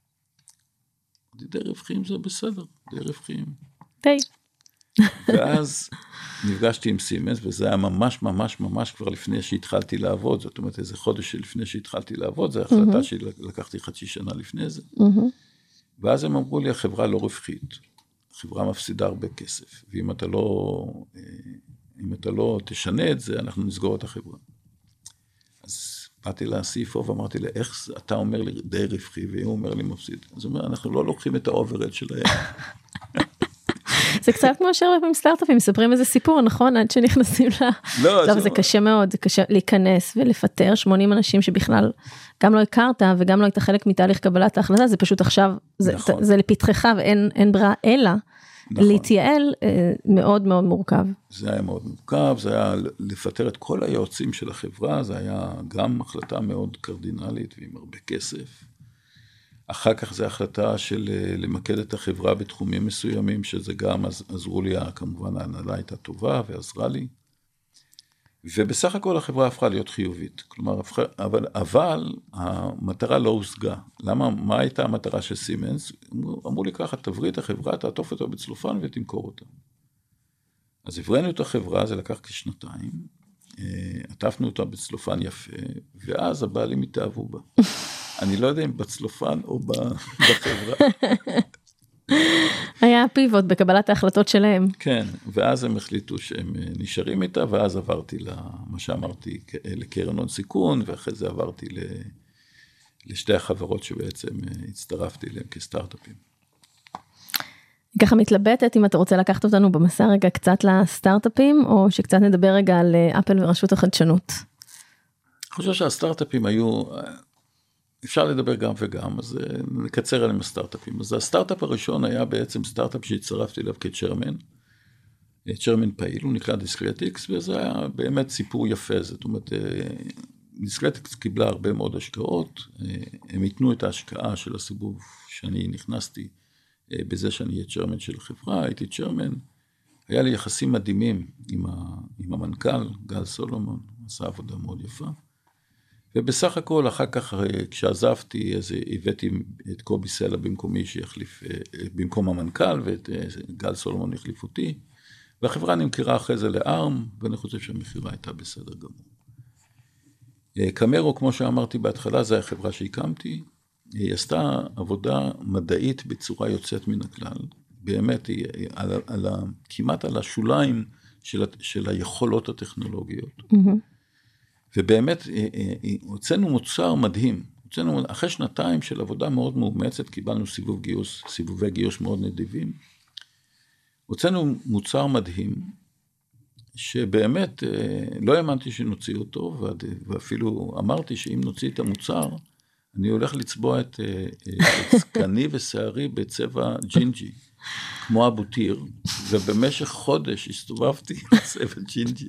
די רווחיים זה בסדר, די רווחיים. די. ואז נפגשתי עם סימנס, וזה היה ממש ממש ממש כבר לפני שהתחלתי לעבוד, זאת אומרת איזה חודש לפני שהתחלתי לעבוד, זו החלטה שלקחתי חצי שנה לפני זה. ואז הם אמרו לי, החברה לא רווחית, החברה מפסידה הרבה כסף, ואם אתה לא, אם אתה לא תשנה את זה, אנחנו נסגור את החברה. אז באתי ל-סי אף או ואמרתי לה, איך אתה אומר לי די רווחי, והוא אומר לי מפסיד. אז הוא אומר, אנחנו לא לוקחים את האוברד שלהם. זה קצת כמו שהרבה סטארט-אפים, מספרים איזה סיפור, נכון? עד שנכנסים ל... לא, זה קשה מאוד, זה קשה להיכנס ולפטר שמונים אנשים שבכלל גם לא הכרת, וגם לא היית חלק מתהליך קבלת ההחלטה, זה פשוט עכשיו, זה לפתחך, ואין ברירה אלא, להתייעל מאוד מאוד מורכב. זה היה מאוד מורכב, זה היה לפטר את כל היועצים של החברה, זה היה גם החלטה מאוד קרדינלית, ועם הרבה כסף. אחר כך זו החלטה של למקד את החברה בתחומים מסוימים, שזה גם עזרו לי, כמובן ההנהלה הייתה טובה ועזרה לי. ובסך הכל החברה הפכה להיות חיובית. כלומר, אבל, אבל המטרה לא הושגה. למה, מה הייתה המטרה של סימנס? אמרו לי ככה, תבריא את החברה, תעטוף אותה בצלופן ותמכור אותה. אז הבראנו את החברה, זה לקח כשנתיים, עטפנו אותה בצלופן יפה, ואז הבעלים התאהבו בה. אני לא יודע אם בצלופן או בחברה. היה פיבוט בקבלת ההחלטות שלהם. כן, ואז הם החליטו שהם נשארים איתה, ואז עברתי למה שאמרתי, לקרן הון סיכון, ואחרי זה עברתי לשתי החברות שבעצם הצטרפתי אליהם כסטארט-אפים. ככה מתלבטת, אם אתה רוצה לקחת אותנו במסע רגע קצת לסטארט-אפים, או שקצת נדבר רגע על אפל ורשות החדשנות. אני חושב שהסטארט-אפים היו... אפשר לדבר גם וגם, אז נקצר עליהם הסטארט-אפים. אז הסטארט-אפ הראשון היה בעצם סטארט-אפ שהצטרפתי אליו כצ'רמן, צ'רמן פעיל, הוא נקרא דיסקרטיקס, וזה היה באמת סיפור יפה, זאת אומרת, דיסקרטיקס קיבלה הרבה מאוד השקעות, הם ייתנו את ההשקעה של הסיבוב שאני נכנסתי, בזה שאני אהיה צ'רמן של החברה, הייתי צ'רמן, היה לי יחסים מדהימים עם, ה, עם המנכ"ל, גל סולומון, עשה עבודה מאוד יפה, ובסך הכל, אחר כך, כשעזבתי, אז הבאתי את קובי סלע במקומי, שיחליף, במקום המנכ"ל, ואת גל סולומון יחליף אותי, והחברה נמכרה אחרי זה לארם, ואני חושב שהמחירה הייתה בסדר גמור. קמרו, כמו שאמרתי בהתחלה, זו החברה שהקמתי, היא עשתה עבודה מדעית בצורה יוצאת מן הכלל, באמת, היא על, על, כמעט על השוליים של, של היכולות הטכנולוגיות. Mm-hmm. ובאמת, הוצאנו מוצר מדהים. הוצאנו, אחרי שנתיים של עבודה מאוד מאומצת, קיבלנו סיבוב גיוס, סיבובי גיוס מאוד נדיבים. הוצאנו מוצר מדהים, שבאמת לא האמנתי שנוציא אותו, ואפילו אמרתי שאם נוציא את המוצר, אני הולך לצבוע את, את זקני ושערי בצבע ג'ינג'י, כמו אבוטיר, ובמשך חודש הסתובבתי בצבע ג'ינג'י.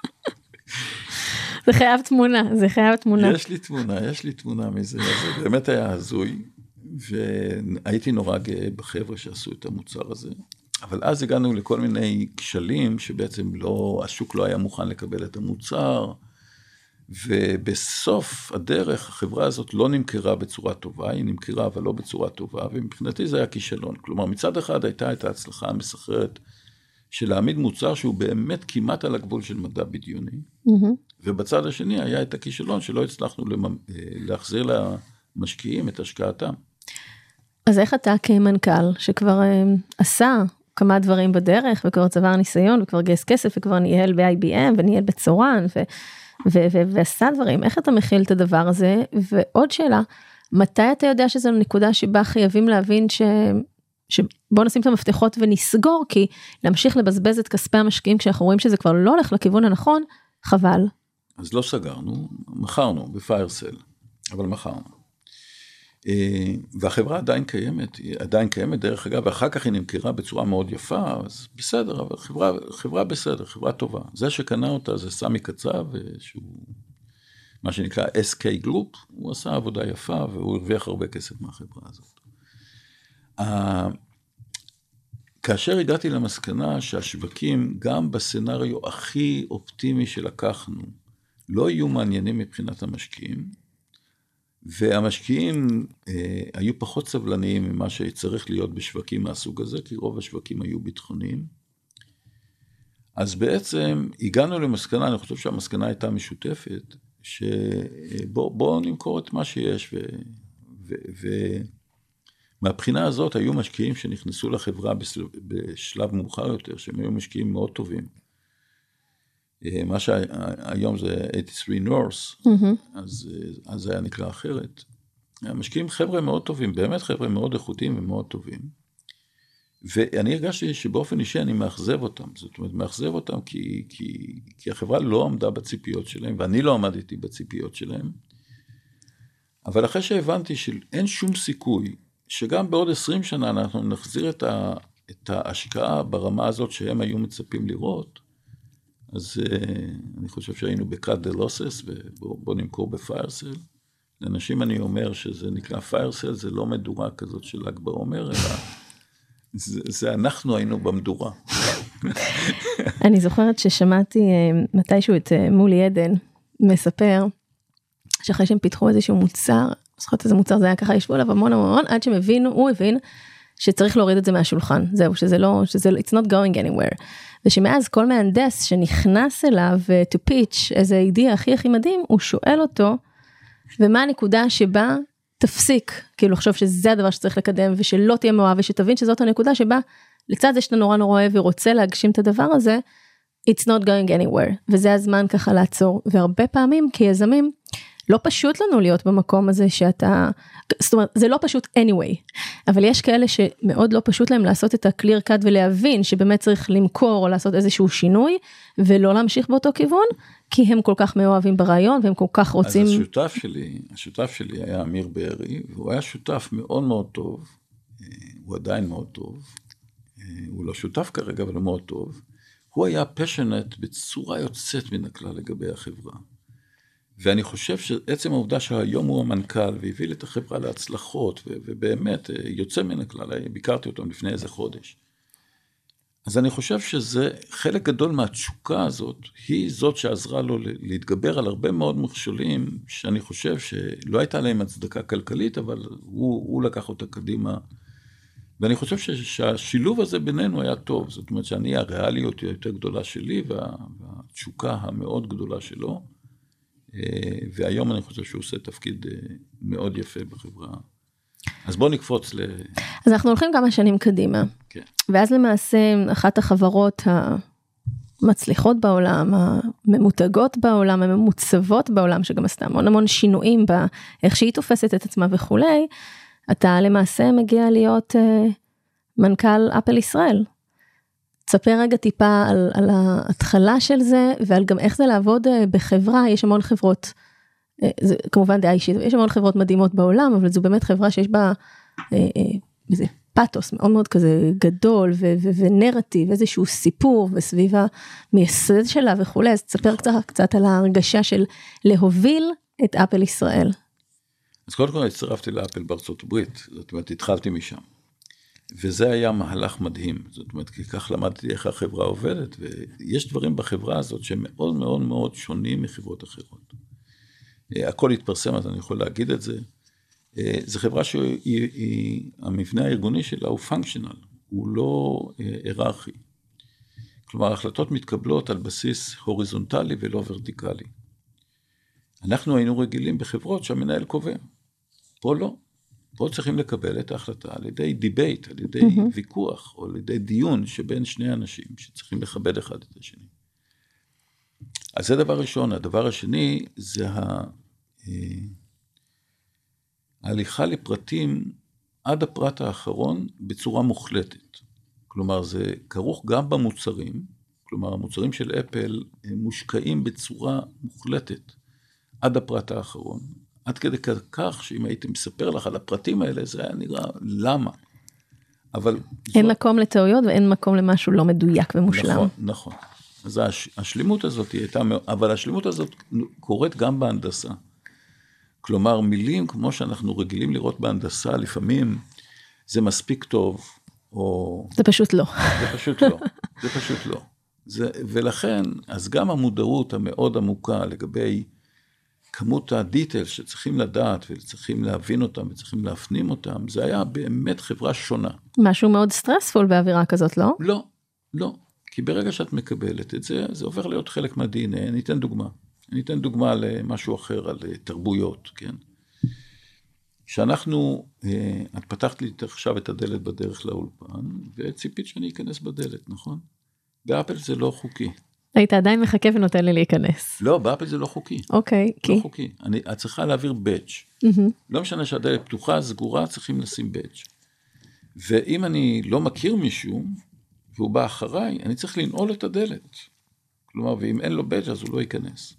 זה חייב תמונה, זה חייב תמונה. יש לי תמונה, יש לי תמונה מזה, זה באמת היה הזוי, והייתי נורא גאה בחבר'ה שעשו את המוצר הזה. אבל אז הגענו לכל מיני כשלים, שבעצם לא, השוק לא היה מוכן לקבל את המוצר, ובסוף הדרך, החברה הזאת לא נמכרה בצורה טובה, היא נמכרה אבל לא בצורה טובה, ומבחינתי זה היה כישלון. כלומר, מצד אחד הייתה את ההצלחה המסחררת, של להעמיד מוצר שהוא באמת כמעט על הגבול של מדע בדיוני, mm-hmm. ובצד השני היה את הכישלון שלא הצלחנו למ... להחזיר למשקיעים את השקעתם. אז איך אתה כמנכ"ל שכבר uh, עשה כמה דברים בדרך, וכבר צבר ניסיון, וכבר גייס כסף, וכבר ניהל ב-איי בי אם, וניהל בצורן, ו... ו- ו- ועשה דברים, איך אתה מכיל את הדבר הזה? ועוד שאלה, מתי אתה יודע שזו נקודה שבה חייבים להבין ש... שבוא נשים את המפתחות ונסגור, כי להמשיך לבזבז את כספי המשקיעים, כשאנחנו רואים שזה כבר לא הולך לכיוון הנכון, חבל. אז לא סגרנו, מכרנו בפיירסל, אבל מכרנו. והחברה עדיין קיימת, היא עדיין קיימת דרך אגב, ואחר כך היא נמכרה בצורה מאוד יפה, אז בסדר, אבל חברה, חברה בסדר, חברה טובה. זה שקנה אותה זה סמי קצב, שהוא מה שנקרא אס קיי Group, הוא עשה עבודה יפה, והוא הרוויח הרבה כסף מהחברה הזאת. כאשר הגעתי למסקנה שהשווקים, גם בסצנריו הכי אופטימי שלקחנו, לא יהיו מעניינים מבחינת המשקיעים, והמשקיעים אה, היו פחות סבלניים ממה שצריך להיות בשווקים מהסוג הזה, כי רוב השווקים היו ביטחוניים. אז בעצם הגענו למסקנה, אני חושב שהמסקנה הייתה משותפת, שבוא בוא נמכור את מה שיש, ו, ו, ו, מהבחינה הזאת היו משקיעים שנכנסו לחברה בשלב, בשלב מאוחר יותר, שהם היו משקיעים מאוד טובים. מה שהיום זה שמונים ושלוש North, mm-hmm. אז, אז זה היה נקרא אחרת. המשקיעים חבר'ה מאוד טובים, באמת חבר'ה מאוד איכותיים ומאוד טובים. ואני הרגשתי שבאופן אישי אני מאכזב אותם. זאת אומרת, מאכזב אותם כי, כי, כי החברה לא עמדה בציפיות שלהם, ואני לא עמדתי בציפיות שלהם. אבל אחרי שהבנתי שאין שום סיכוי, שגם בעוד עשרים שנה אנחנו נחזיר את, ה, את ההשקעה ברמה הזאת שהם היו מצפים לראות, אז uh, אני חושב שהיינו ב-cut the losses, ובוא נמכור בפיירסל. לאנשים אני אומר שזה נקרא פיירסל, זה לא מדורה כזאת של ל"ג בעומר, אלא זה, זה אנחנו היינו במדורה. אני זוכרת ששמעתי uh, מתישהו את uh, מולי עדן מספר, שאחרי שהם פיתחו איזשהו מוצר, זוכרת איזה מוצר, זה היה ככה, ישבו עליו המון המון, עד שהם הבינו, הוא הבין, שצריך להוריד את זה מהשולחן, זהו, שזה לא, שזה, it's not going anywhere. ושמאז כל מהנדס שנכנס אליו to pitch איזה אידיעה הכי הכי מדהים, הוא שואל אותו, ומה הנקודה שבה תפסיק, כאילו לחשוב שזה הדבר שצריך לקדם, ושלא תהיה מאוהב, ושתבין שזאת הנקודה שבה, לצד זה שאתה נורא נורא אוהב ורוצה להגשים את הדבר הזה, it's not going anywhere, וזה הזמן ככה לעצור, והרבה פעמים כיזמים, לא פשוט לנו להיות במקום הזה שאתה, זאת אומרת, זה לא פשוט anyway, אבל יש כאלה שמאוד לא פשוט להם לעשות את ה-clear cut ולהבין שבאמת צריך למכור או לעשות איזשהו שינוי, ולא להמשיך באותו כיוון, כי הם כל כך מאוהבים ברעיון, והם כל כך רוצים... אז השותף שלי, השותף שלי היה אמיר בארי, והוא היה שותף מאוד מאוד טוב, הוא עדיין מאוד טוב, הוא לא שותף כרגע, אבל הוא מאוד טוב, הוא היה passionate בצורה יוצאת מן הכלל לגבי החברה. ואני חושב שעצם העובדה שהיום הוא המנכ"ל, והביא את החברה להצלחות, ובאמת יוצא מן הכלל, ביקרתי אותם לפני איזה חודש. אז אני חושב שזה חלק גדול מהתשוקה הזאת, היא זאת שעזרה לו להתגבר על הרבה מאוד מכשולים, שאני חושב שלא הייתה להם הצדקה כלכלית, אבל הוא, הוא לקח אותה קדימה. ואני חושב שהשילוב הזה בינינו היה טוב, זאת אומרת שאני, הריאליות היא יותר גדולה שלי, והתשוקה המאוד גדולה שלו, והיום אני חושב שהוא עושה תפקיד מאוד יפה בחברה. אז בואו נקפוץ ל... אז אנחנו הולכים כמה שנים קדימה. כן. ואז למעשה אחת החברות המצליחות בעולם, הממותגות בעולם, הממוצבות בעולם, שגם עשתה המון המון שינויים באיך שהיא תופסת את עצמה וכולי, אתה למעשה מגיע להיות מנכ"ל אפל ישראל. תספר רגע טיפה על, על ההתחלה של זה, ועל גם איך זה לעבוד בחברה, יש המון חברות, זה כמובן דעה אישית, יש המון חברות מדהימות בעולם, אבל זו באמת חברה שיש בה איזה פאטוס מאוד מאוד כזה גדול, ו- ו- ונרטיב, איזשהו סיפור, וסביבה מייסד שלה וכו', אז תספר קצת, קצת על ההרגשה של להוביל את אפל ישראל. אז קודם כל הצטרפתי לאפל בארצות הברית, זאת אומרת, התחלתי משם. וזה היה מהלך מדהים, זאת אומרת, כי כך למדתי איך החברה עובדת, ויש דברים בחברה הזאת שהם מאוד מאוד מאוד שונים מחברות אחרות. הכל התפרסם, אז אני יכול להגיד את זה. זו חברה שהמבנה הארגוני שלה הוא פונקשיונל, הוא לא היררכי. כלומר, ההחלטות מתקבלות על בסיס הוריזונטלי ולא ורטיקלי. אנחנו היינו רגילים בחברות שהמנהל קובע. פה לא. פה צריכים לקבל את ההחלטה על ידי דיבייט, על ידי mm-hmm. ויכוח, או על ידי דיון שבין שני אנשים שצריכים לכבד אחד את השני. אז זה דבר ראשון. הדבר השני זה ה... ההליכה לפרטים עד הפרט האחרון בצורה מוחלטת. כלומר, זה כרוך גם במוצרים, כלומר, המוצרים של אפל מושקעים בצורה מוחלטת עד הפרט האחרון, עד כדי כך שאם הייתי מספר לך על הפרטים האלה, זה היה נראה למה. אבל... אין זאת... מקום לטעויות ואין מקום למשהו לא מדויק ומושלם. נכון, נכון. אז הש... השלימות הזאת הייתה, אבל השלימות הזאת קורית גם בהנדסה. כלומר, מילים כמו שאנחנו רגילים לראות בהנדסה, לפעמים זה מספיק טוב, או... זה פשוט לא. זה פשוט לא. זה פשוט לא. זה... ולכן, אז גם המודעות המאוד עמוקה לגבי כמות הדיטל שצריכים לדעת, וצריכים להבין אותם, וצריכים להפנים אותם, זה היה באמת חברה שונה. משהו מאוד סטרספול באווירה כזאת, לא? לא, לא. כי ברגע שאת מקבלת את זה, זה עובר להיות חלק מה-די אן איי. אני אתן דוגמה. אני אתן דוגמה למשהו אחר, על תרבויות, כן? שאנחנו, את פתחת לי עכשיו את הדלת בדרך לאולפן, וציפית שאני אכנס בדלת, נכון? באפל זה לא חוקי. היית עדיין מחכה ונותן לי להיכנס. לא, באפל זה לא חוקי. אוקיי, כי? לא חוקי. אני, את צריכה להעביר בדג'. לא משנה שהדלת פתוחה, סגורה, צריכים לשים בדג'. ואם אני לא מכיר מישהו, והוא בא אחריי, אני צריך לנעול את הדלת. כלומר, ואם אין לו בדג' אז הוא לא ייכנס.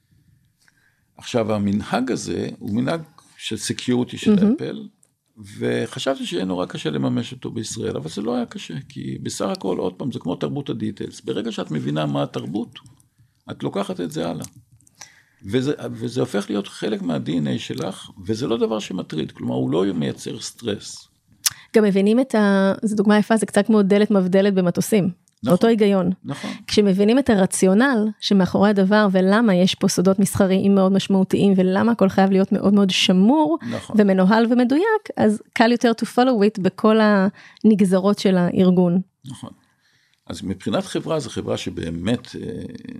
עכשיו, המנהג הזה הוא מנהג של סקיוריטי של אפל, וחשבתי שיהיה נורא קשה לממש אותו בישראל, אבל זה לא היה קשה, כי בסך הכל, עוד פעם, זה כמו תרבות הדיטלס. ברגע שאת מבינה מה התרבות, את לוקחת את זה הלאה. וזה, וזה הופך להיות חלק מה-די אן איי שלך, וזה לא דבר שמטריד, כלומר, הוא לא מייצר סטרס. גם מבינים את ה... זו דוגמה יפה, זה קצת כמו דלת מבדלת במטוסים. נכון, אותו היגיון. נכון. כשמבינים את הרציונל שמאחורי הדבר, ולמה יש פה סודות מסחריים מאוד משמעותיים, ולמה הכל חייב להיות מאוד מאוד שמור, נכון. ומנוהל ומדויק, אז קל יותר to follow it בכל הנגזרות של הארגון. נכון. אז מבחינת חברה, זו חברה שבאמת אה,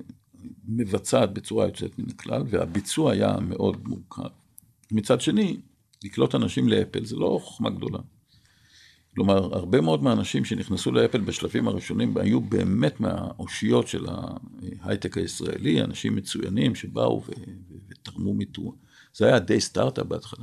מבצעת בצורה יוצאת מן הכלל, והביצוע היה מאוד מורכב. מצד שני, לקלוט אנשים לאפל, זה לא חוכמה גדולה. כלומר, הרבה מאוד מהאנשים שנכנסו לאפל בשלבים הראשונים, היו באמת מהאושיות של ההייטק הישראלי, אנשים מצוינים שבאו ותרמו מיתו. זה היה די סטארט-אפ בהתחלה.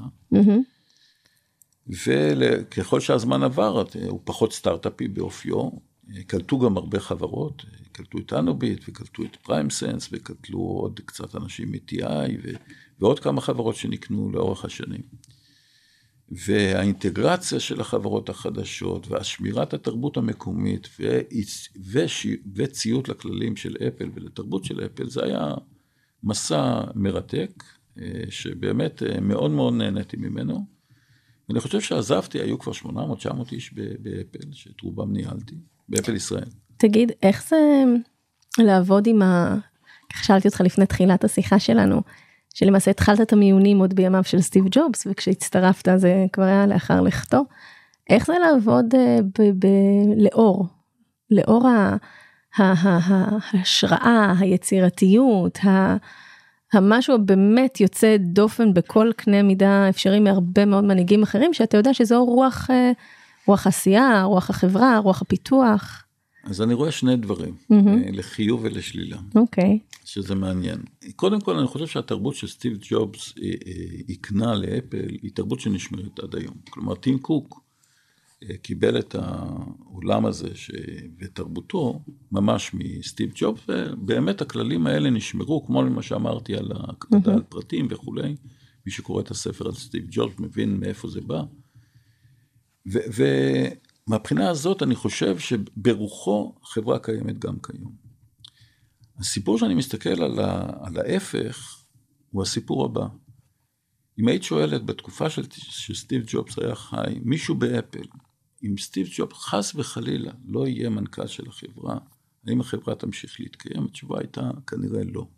וככל שהזמן עבר, הוא פחות סטארט-אפי באופיו, קלטו גם הרבה חברות, קלטו את אנוביט, וקלטו את פריימסנס, וקלטו עוד קצת אנשים מ-טי איי, ועוד כמה חברות שנקנו לאורך השנים. והאינטגרציה של החברות החדשות, והשמירת התרבות המקומית, וציות לכללים של אפל ולתרבות של אפל, זה היה מסע מרתק, שבאמת מאוד מאוד נהניתי ממנו. ואני חושב שעזבתי, היו כבר שמונה מאות תשע מאות איש באפל, שאת רובם ניהלתי, באפל ישראל. תגיד, איך זה לעבוד עם ה... כך שאלתי אותך לפני תחילת השיחה שלנו, שלמעשה התחלת את המיונים עוד בימיו של סטיב ג'ובס, וכשהצטרפת זה כבר היה לאחר לכתו. איך זה לעבוד ב- ב- לאור? לאור ה- ה- ה- ההשראה, היצירתיות, ה- המשהו באמת יוצא דופן בכל קנה מידה אפשרי מהרבה מאוד מנהיגים אחרים, שאתה יודע שזו רוח, רוח עשייה, רוח החברה, רוח הפיתוח. אז אני רואה שני דברים, mm-hmm. לחיוב ולשלילה. אוקיי. Okay. שזה מעניין. קודם כל, אני חושב שהתרבות של סטיב ג'ובס יקנה לאפל, היא תרבות שנשמרת עד היום. כלומר, טים קוק קיבל את העולם הזה ותרבותו ממש מסטיב ג'ובס, ובאמת הכללים האלה נשמרו, כמו למה שאמרתי על ההקפדה על פרטים וכו'. מי שקורא את הספר על סטיב ג'ובס מבין מאיפה זה בא. ומהבחינה הזאת אני חושב שברוחו החברה קיימת גם כיום. הסיפור שאני מסתכל על, ה, על ההפך, הוא הסיפור הבא. אם היית שואלת בתקופה של, של סטיב ג'ובס היה חי, מישהו באפל אם סטיב ג'ובס חס וחלילה לא יהיה מנכ"ל של החברה, האם החברה תמשיך להתקיים? התשובה הייתה כנראה לא.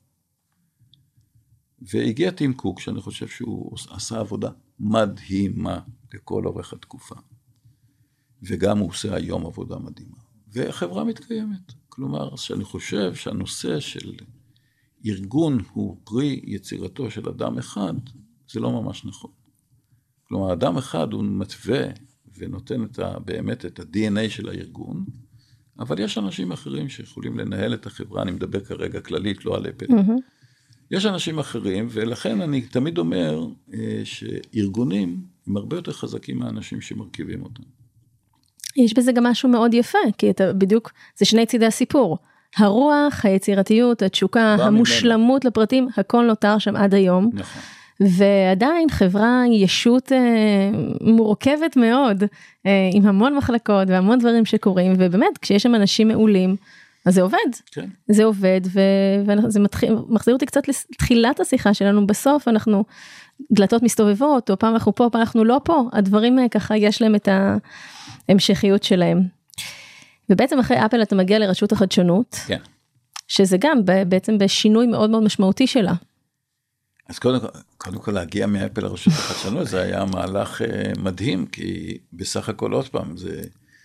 והגיע טים קוק, שאני חושב שהוא עשה עבודה מדהימה לכל אורך התקופה. וגם הוא עושה היום עבודה מדהימה. והחברה מתקיימת. כלומר, שאני חושב שהנושא של ארגון הוא פרי יצירתו של אדם אחד, זה לא ממש נכון. כלומר, אדם אחד הוא מתווה ונותן את ה, באמת את ה-די אן איי של הארגון, אבל יש אנשים אחרים שיכולים לנהל את החברה, אני מדבר כרגע כללית, לא על אפל. Mm-hmm. יש אנשים אחרים, ולכן אני תמיד אומר אה, שארגונים הם הרבה יותר חזקים מהאנשים שמרכיבים אותם. יש בזה גם משהו מאוד יפה, כי אתה בדיוק, זה שני צידי הסיפור. הרוח, היצירתיות, התשוקה, המושלמות ממנו. לפרטים, הכל נותר שם עד היום. נכון. ועדיין חברה היא ישות אה, מורכבת מאוד, אה, עם המון מחלקות והמון דברים שקורים, ובאמת, כשיש שם אנשים מעולים, אז זה עובד. כן. זה עובד, ו- וזה מתחיל, מחזיר אותי קצת לתחילת השיחה שלנו, בסוף אנחנו דלתות מסתובבות, או פעם אנחנו פה, פעם אנחנו לא פה, הדברים ככה יש להם את ההמשכיות שלהם. ובעצם אחרי אפל אתה מגיע לרשות החדשנות, כן. שזה גם בעצם בשינוי מאוד מאוד משמעותי שלה. אז קודם, קודם כל להגיע מאפל לרשות החדשנות, זה היה מהלך מדהים, כי בסך הכל עוד פעם, זה,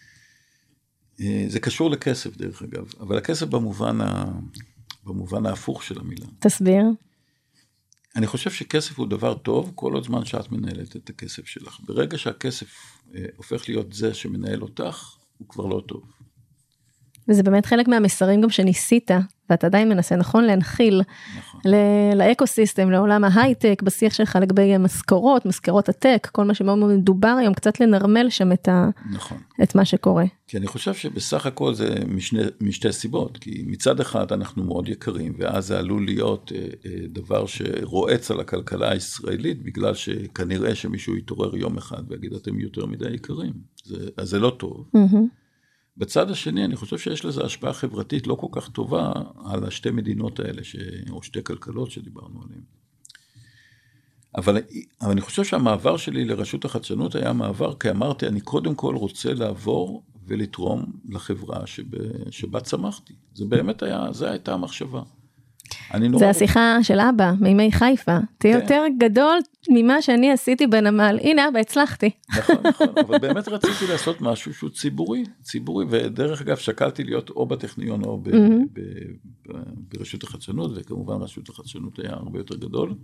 זה קשור לכסף דרך אגב, אבל הכסף במובן, ה, במובן ההפוך של המילה. תסביר. אני חושב שכסף הוא דבר טוב, כל עוד זמן שאת מנהלת את הכסף שלך. ברגע שהכסף הופך להיות זה שמנהל אותך, הוא כבר לא טוב. וזה באמת חלק מהמסרים גם שניסית, ואתה עדיין מנסה, נכון, להנחיל נכון. לאקוסיסטם, לעולם ההייטק, בשיח שלך לגבי משכורות, משכורות הטק, כל מה שמאוד מדובר היום, קצת לנרמל שם את, ה... נכון. את מה שקורה. כי אני חושב שבסך הכל זה משני, משתי סיבות, כי מצד אחד אנחנו מאוד יקרים, ואז זה עלול להיות דבר שרועץ על הכלכלה הישראלית, בגלל שכנראה שמישהו יתעורר יום אחד, ויגיד אתם יותר מדי יקרים, זה, אז זה לא טוב. Mm-hmm. בצד השני, אני חושב שיש לזה השפעה חברתית לא כל כך טובה על השתי מדינות האלה, ש... או שתי כלכלות שדיברנו עליהן. אבל, אבל אני חושב שהמעבר שלי לרשות החדשנות היה מעבר, כי אמרתי, אני קודם כל רוצה לעבור ולתרום לחברה שבה, שבה צמחתי. זה באמת היה, זה הייתה המחשבה. זה השיחה של אבא, מימי חיפה. תהיה יותר גדול ממה שאני עשיתי בנמל. הנה אבא, הצלחתי. נכון, נכון, אבל באמת רציתי לעשות משהו שהוא ציבורי, ציבורי, ודרך אגב שקלתי להיות או בטכניון או ברשות החדשנות, וכמובן רשות החדשנות היה הרבה יותר גדול.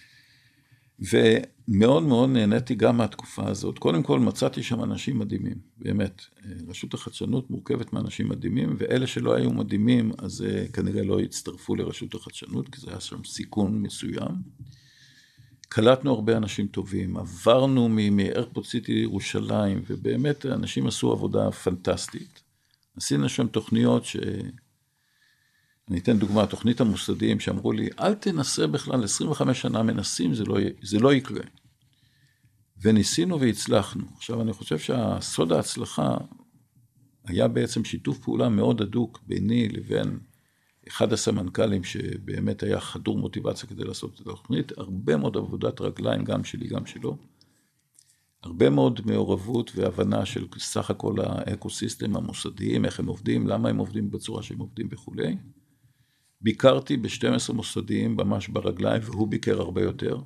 ומאוד מאוד נהניתי גם מהתקופה הזאת. קודם כל מצאתי שם אנשים מדהימים, באמת. רשות החדשנות מורכבת מאנשים מדהימים, ואלה שלא היו מדהימים, אז כנראה לא הצטרפו לרשות החדשנות, כי זה היה שם סיכון מסוים. קלטנו הרבה אנשים טובים, עברנו מאיירפורט סיטי לירושלים, ובאמת אנשים עשו עבודה פנטסטית. עשינו שם תוכניות ש... אני אתן דוגמה, תוכנית המוסדיים שאמרו לי, אל תנסה בכלל, עשרים וחמש שנה מנסים, זה לא, זה לא יקרה. וניסינו והצלחנו. עכשיו, אני חושב שהסוד ההצלחה היה בעצם שיתוף פעולה מאוד הדוק ביני לבין אחד הסמנכ"לים שבאמת היה חדור מוטיבציה כדי לעשות את התוכנית, הרבה מאוד עבודת רגליים, גם שלי, גם שלו. הרבה מאוד מעורבות והבנה של סך הכל האקוסיסטם המוסדיים, איך הם עובדים, למה הם עובדים בצורה שהם עובדים וכולי. ביקרתי ב-שנים עשר מוסדיים ממש ברגליים, והוא ביקר הרבה יותר.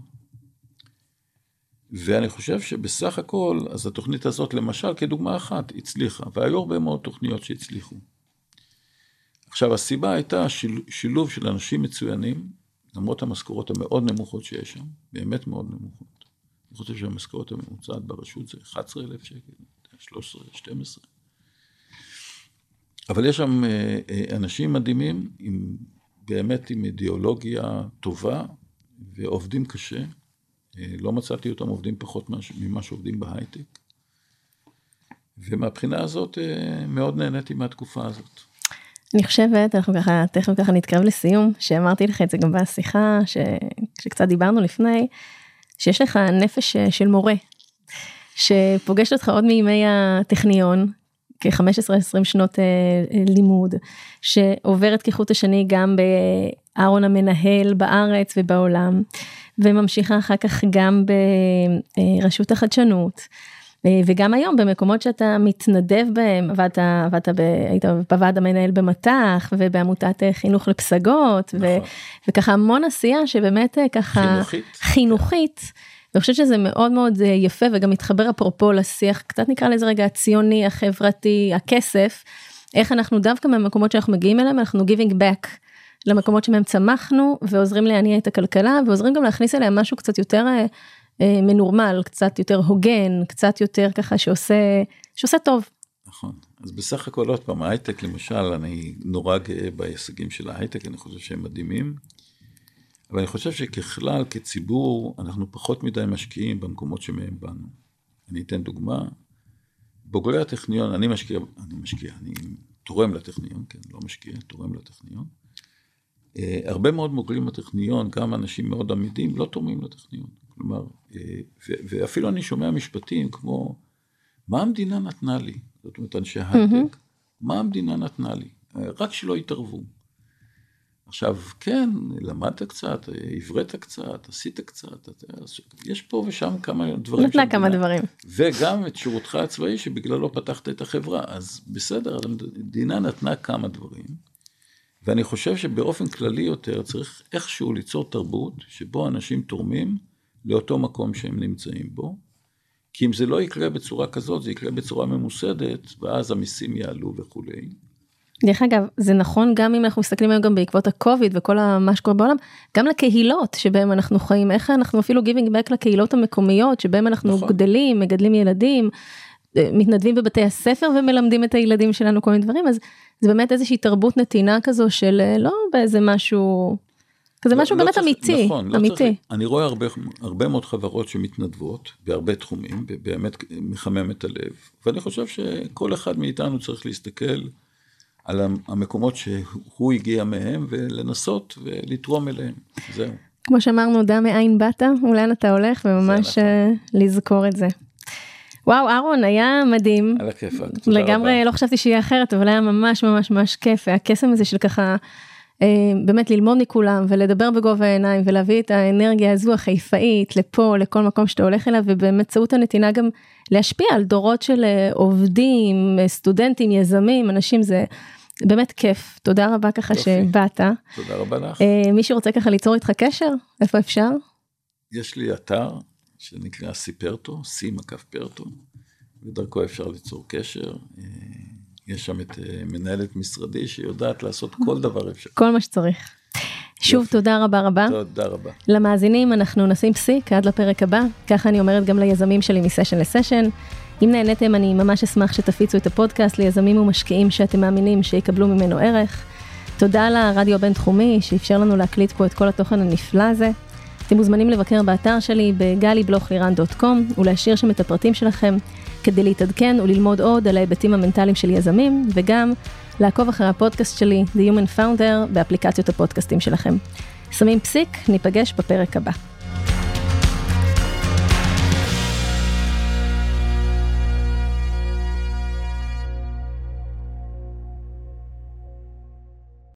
ואני חושב שבסך הכל, אז התוכנית הזאת למשל, כדוגמה אחת, הצליחה, והיו הרבה מאוד תוכניות שהצליחו. עכשיו, הסיבה הייתה שיל, שילוב של אנשים מצוינים, למרות המשכורות המאוד נמוכות שיש שם, באמת מאוד נמוכות. אני חושב שהמשכורת הממוצעת ברשות זה אחד עשר אלף שקל, שלוש עשרה, שתים עשרה. אבל יש שם אנשים מדהימים, עם, באמת עם אידיאולוגיה טובה, ועובדים קשה. לא מצאתי אותם עובדים פחות ממה שעובדים בהייטק. ומהבחינה הזאת מאוד נהניתי מהתקופה הזאת. אני חושבת, אנחנו ככה, תכף ככה נתקרב לסיום, שאמרתי לך את זה גם בשיחה, ש... שקצת דיברנו לפני, שיש לך נפש של מורה, שפוגש אותך עוד מימי הטכניון, כ-חמש עשרה עשרים שנות לימוד, שעוברת כחוט השני גם בארון המנהל בארץ ובעולם, וממשיכה אחר כך גם ברשות החדשנות, וגם היום במקומות שאתה מתנדב בהם, ואתה, ואתה ב, היית בוועד המנהל במתח, ובעמותת חינוך לפסגות, ו, וככה המון עשייה שבאמת ככה חינוכית. חינוכית, ואני חושבת שזה מאוד מאוד יפה, וגם מתחבר אפרופו לשיח, קצת נקרא לזה רגע הציוני, החברתי, הכסף, איך אנחנו דווקא מהמקומות שאנחנו מגיעים אליהם, אנחנו giving back למקומות שמהם צמחנו, ועוזרים להניע את הכלכלה, ועוזרים גם להכניס אליהם משהו קצת יותר מנורמל, קצת יותר הוגן, קצת יותר ככה שעושה, שעושה טוב. נכון. אז בסך הכל עוד פעם, ההייטק למשל, אני נורא גאה בהישגים של ההייטק, אני חושב שהם מדהימים, אבל אני חושב שככלל, כציבור, אנחנו פחות מדי משקיעים במקומות שמהם באנו. אני אתן דוגמה, בוגרי הטכניון, אני משקיע, אני משקיע, אני תורם לטכניון, כן, לא משקיע, תורם לטכניון. הרבה מאוד בוגרים בטכניון, גם אנשים מאוד עמידים, לא תורמים לטכניון. כלומר, ואפילו אני שומע משפטים כמו, מה המדינה נתנה לי? זאת אומרת, אנשי הייטק, מה המדינה נתנה לי? רק שלא יתערבו. עכשיו, כן, למדת קצת, עברית קצת, עשית קצת, יש פה ושם כמה דברים. נתנה כמה דברים. וגם את שירותך הצבאי, שבגללו פתחת את החברה, אז בסדר, המדינה נתנה כמה דברים, ואני חושב שבאופן כללי יותר, צריך איכשהו ליצור תרבות, שבו אנשים תורמים לאותו מקום שהם נמצאים בו, כי אם זה לא יקרה בצורה כזאת, זה יקרה בצורה ממוסדת, ואז המיסים יעלו וכו'. דרך אגב, זה נכון גם אם אנחנו מסתכלים היום גם בעקבות הקוביד וכל מה שקורה בעולם, גם לקהילות שבהם אנחנו חיים, איך אנחנו אפילו giving back לקהילות המקומיות, שבהם אנחנו נכון. גדלים, מגדלים ילדים, מתנדבים בבתי הספר ומלמדים את הילדים שלנו כל מיני דברים, אז זה באמת איזושהי תרבות נתינה כזו של לא באיזה משהו, כזה לא, משהו לא באמת צריך, אמיתי, נכון, אמיתי. לא צריך, אני רואה הרבה, הרבה מאוד חברות שמתנדבות בהרבה תחומים, באמת מחמם את הלב, ואני חושב שכל אחד מאיתנו צריך להסתכל על המקומות שהוא הגיע מהם, ולנסות ולתרום אליהם. זהו. כמו שאמרנו, דע מאין באת, ולאן אתה הולך, וממש לזכור את זה. וואו, אהרון, היה מדהים. על הכיף. לגמרי לא חשבתי שיהיה אחרת, אבל היה ממש ממש ממש כיף. הקסם הזה של ככה, באמת ללמוד מכולם, ולדבר בגובה העיניים, ולהביא את האנרגיה הזו החיפאית, לפה, לכל מקום שאתה הולך אליו, ובאמצעות הנתינה גם להשפיע על דורות של עובדים, סטודנטים, יזמים, אנשים, זה באמת כיף. תודה רבה ככה שבאת. תודה רבה לך. מי שרוצה ככה ליצור איתך קשר, איפה אפשר? יש לי אתר שנקרא סיפרטו, סי מקף פרטו, ודרכו אפשר ליצור קשר. יש שם את מנהלת משרדי שיודעת לעשות כל דבר אפשר. כל מה שצריך. שוב, תודה רבה רבה. תודה רבה. למאזינים, אנחנו נשים פסיק עד לפרק הבא. ככה אני אומרת גם ליזמים שלי מסשן לסשן. אם נהניתם, אני ממש אשמח שתפיצו את הפודקאסט ליזמים ומשקיעים שאתם מאמינים שיקבלו ממנו ערך. תודה לרדיו הבינתחומי שאפשר לנו להקליט פה את כל התוכן הנפלא הזה. אתם מוזמנים לבקר באתר שלי ב-גלי בלוך לירן דוט קום ולהשאיר שם את הפרטים שלכם כדי להתעדכן וללמוד עוד על ההיבטים המנטליים של יזמים, וגם לעקוב אחרי הפודקאסט שלי, The Human Founder, באפליקציות הפודקאסטים שלכם. שמים פסיק, ניפגש בפרק הבא.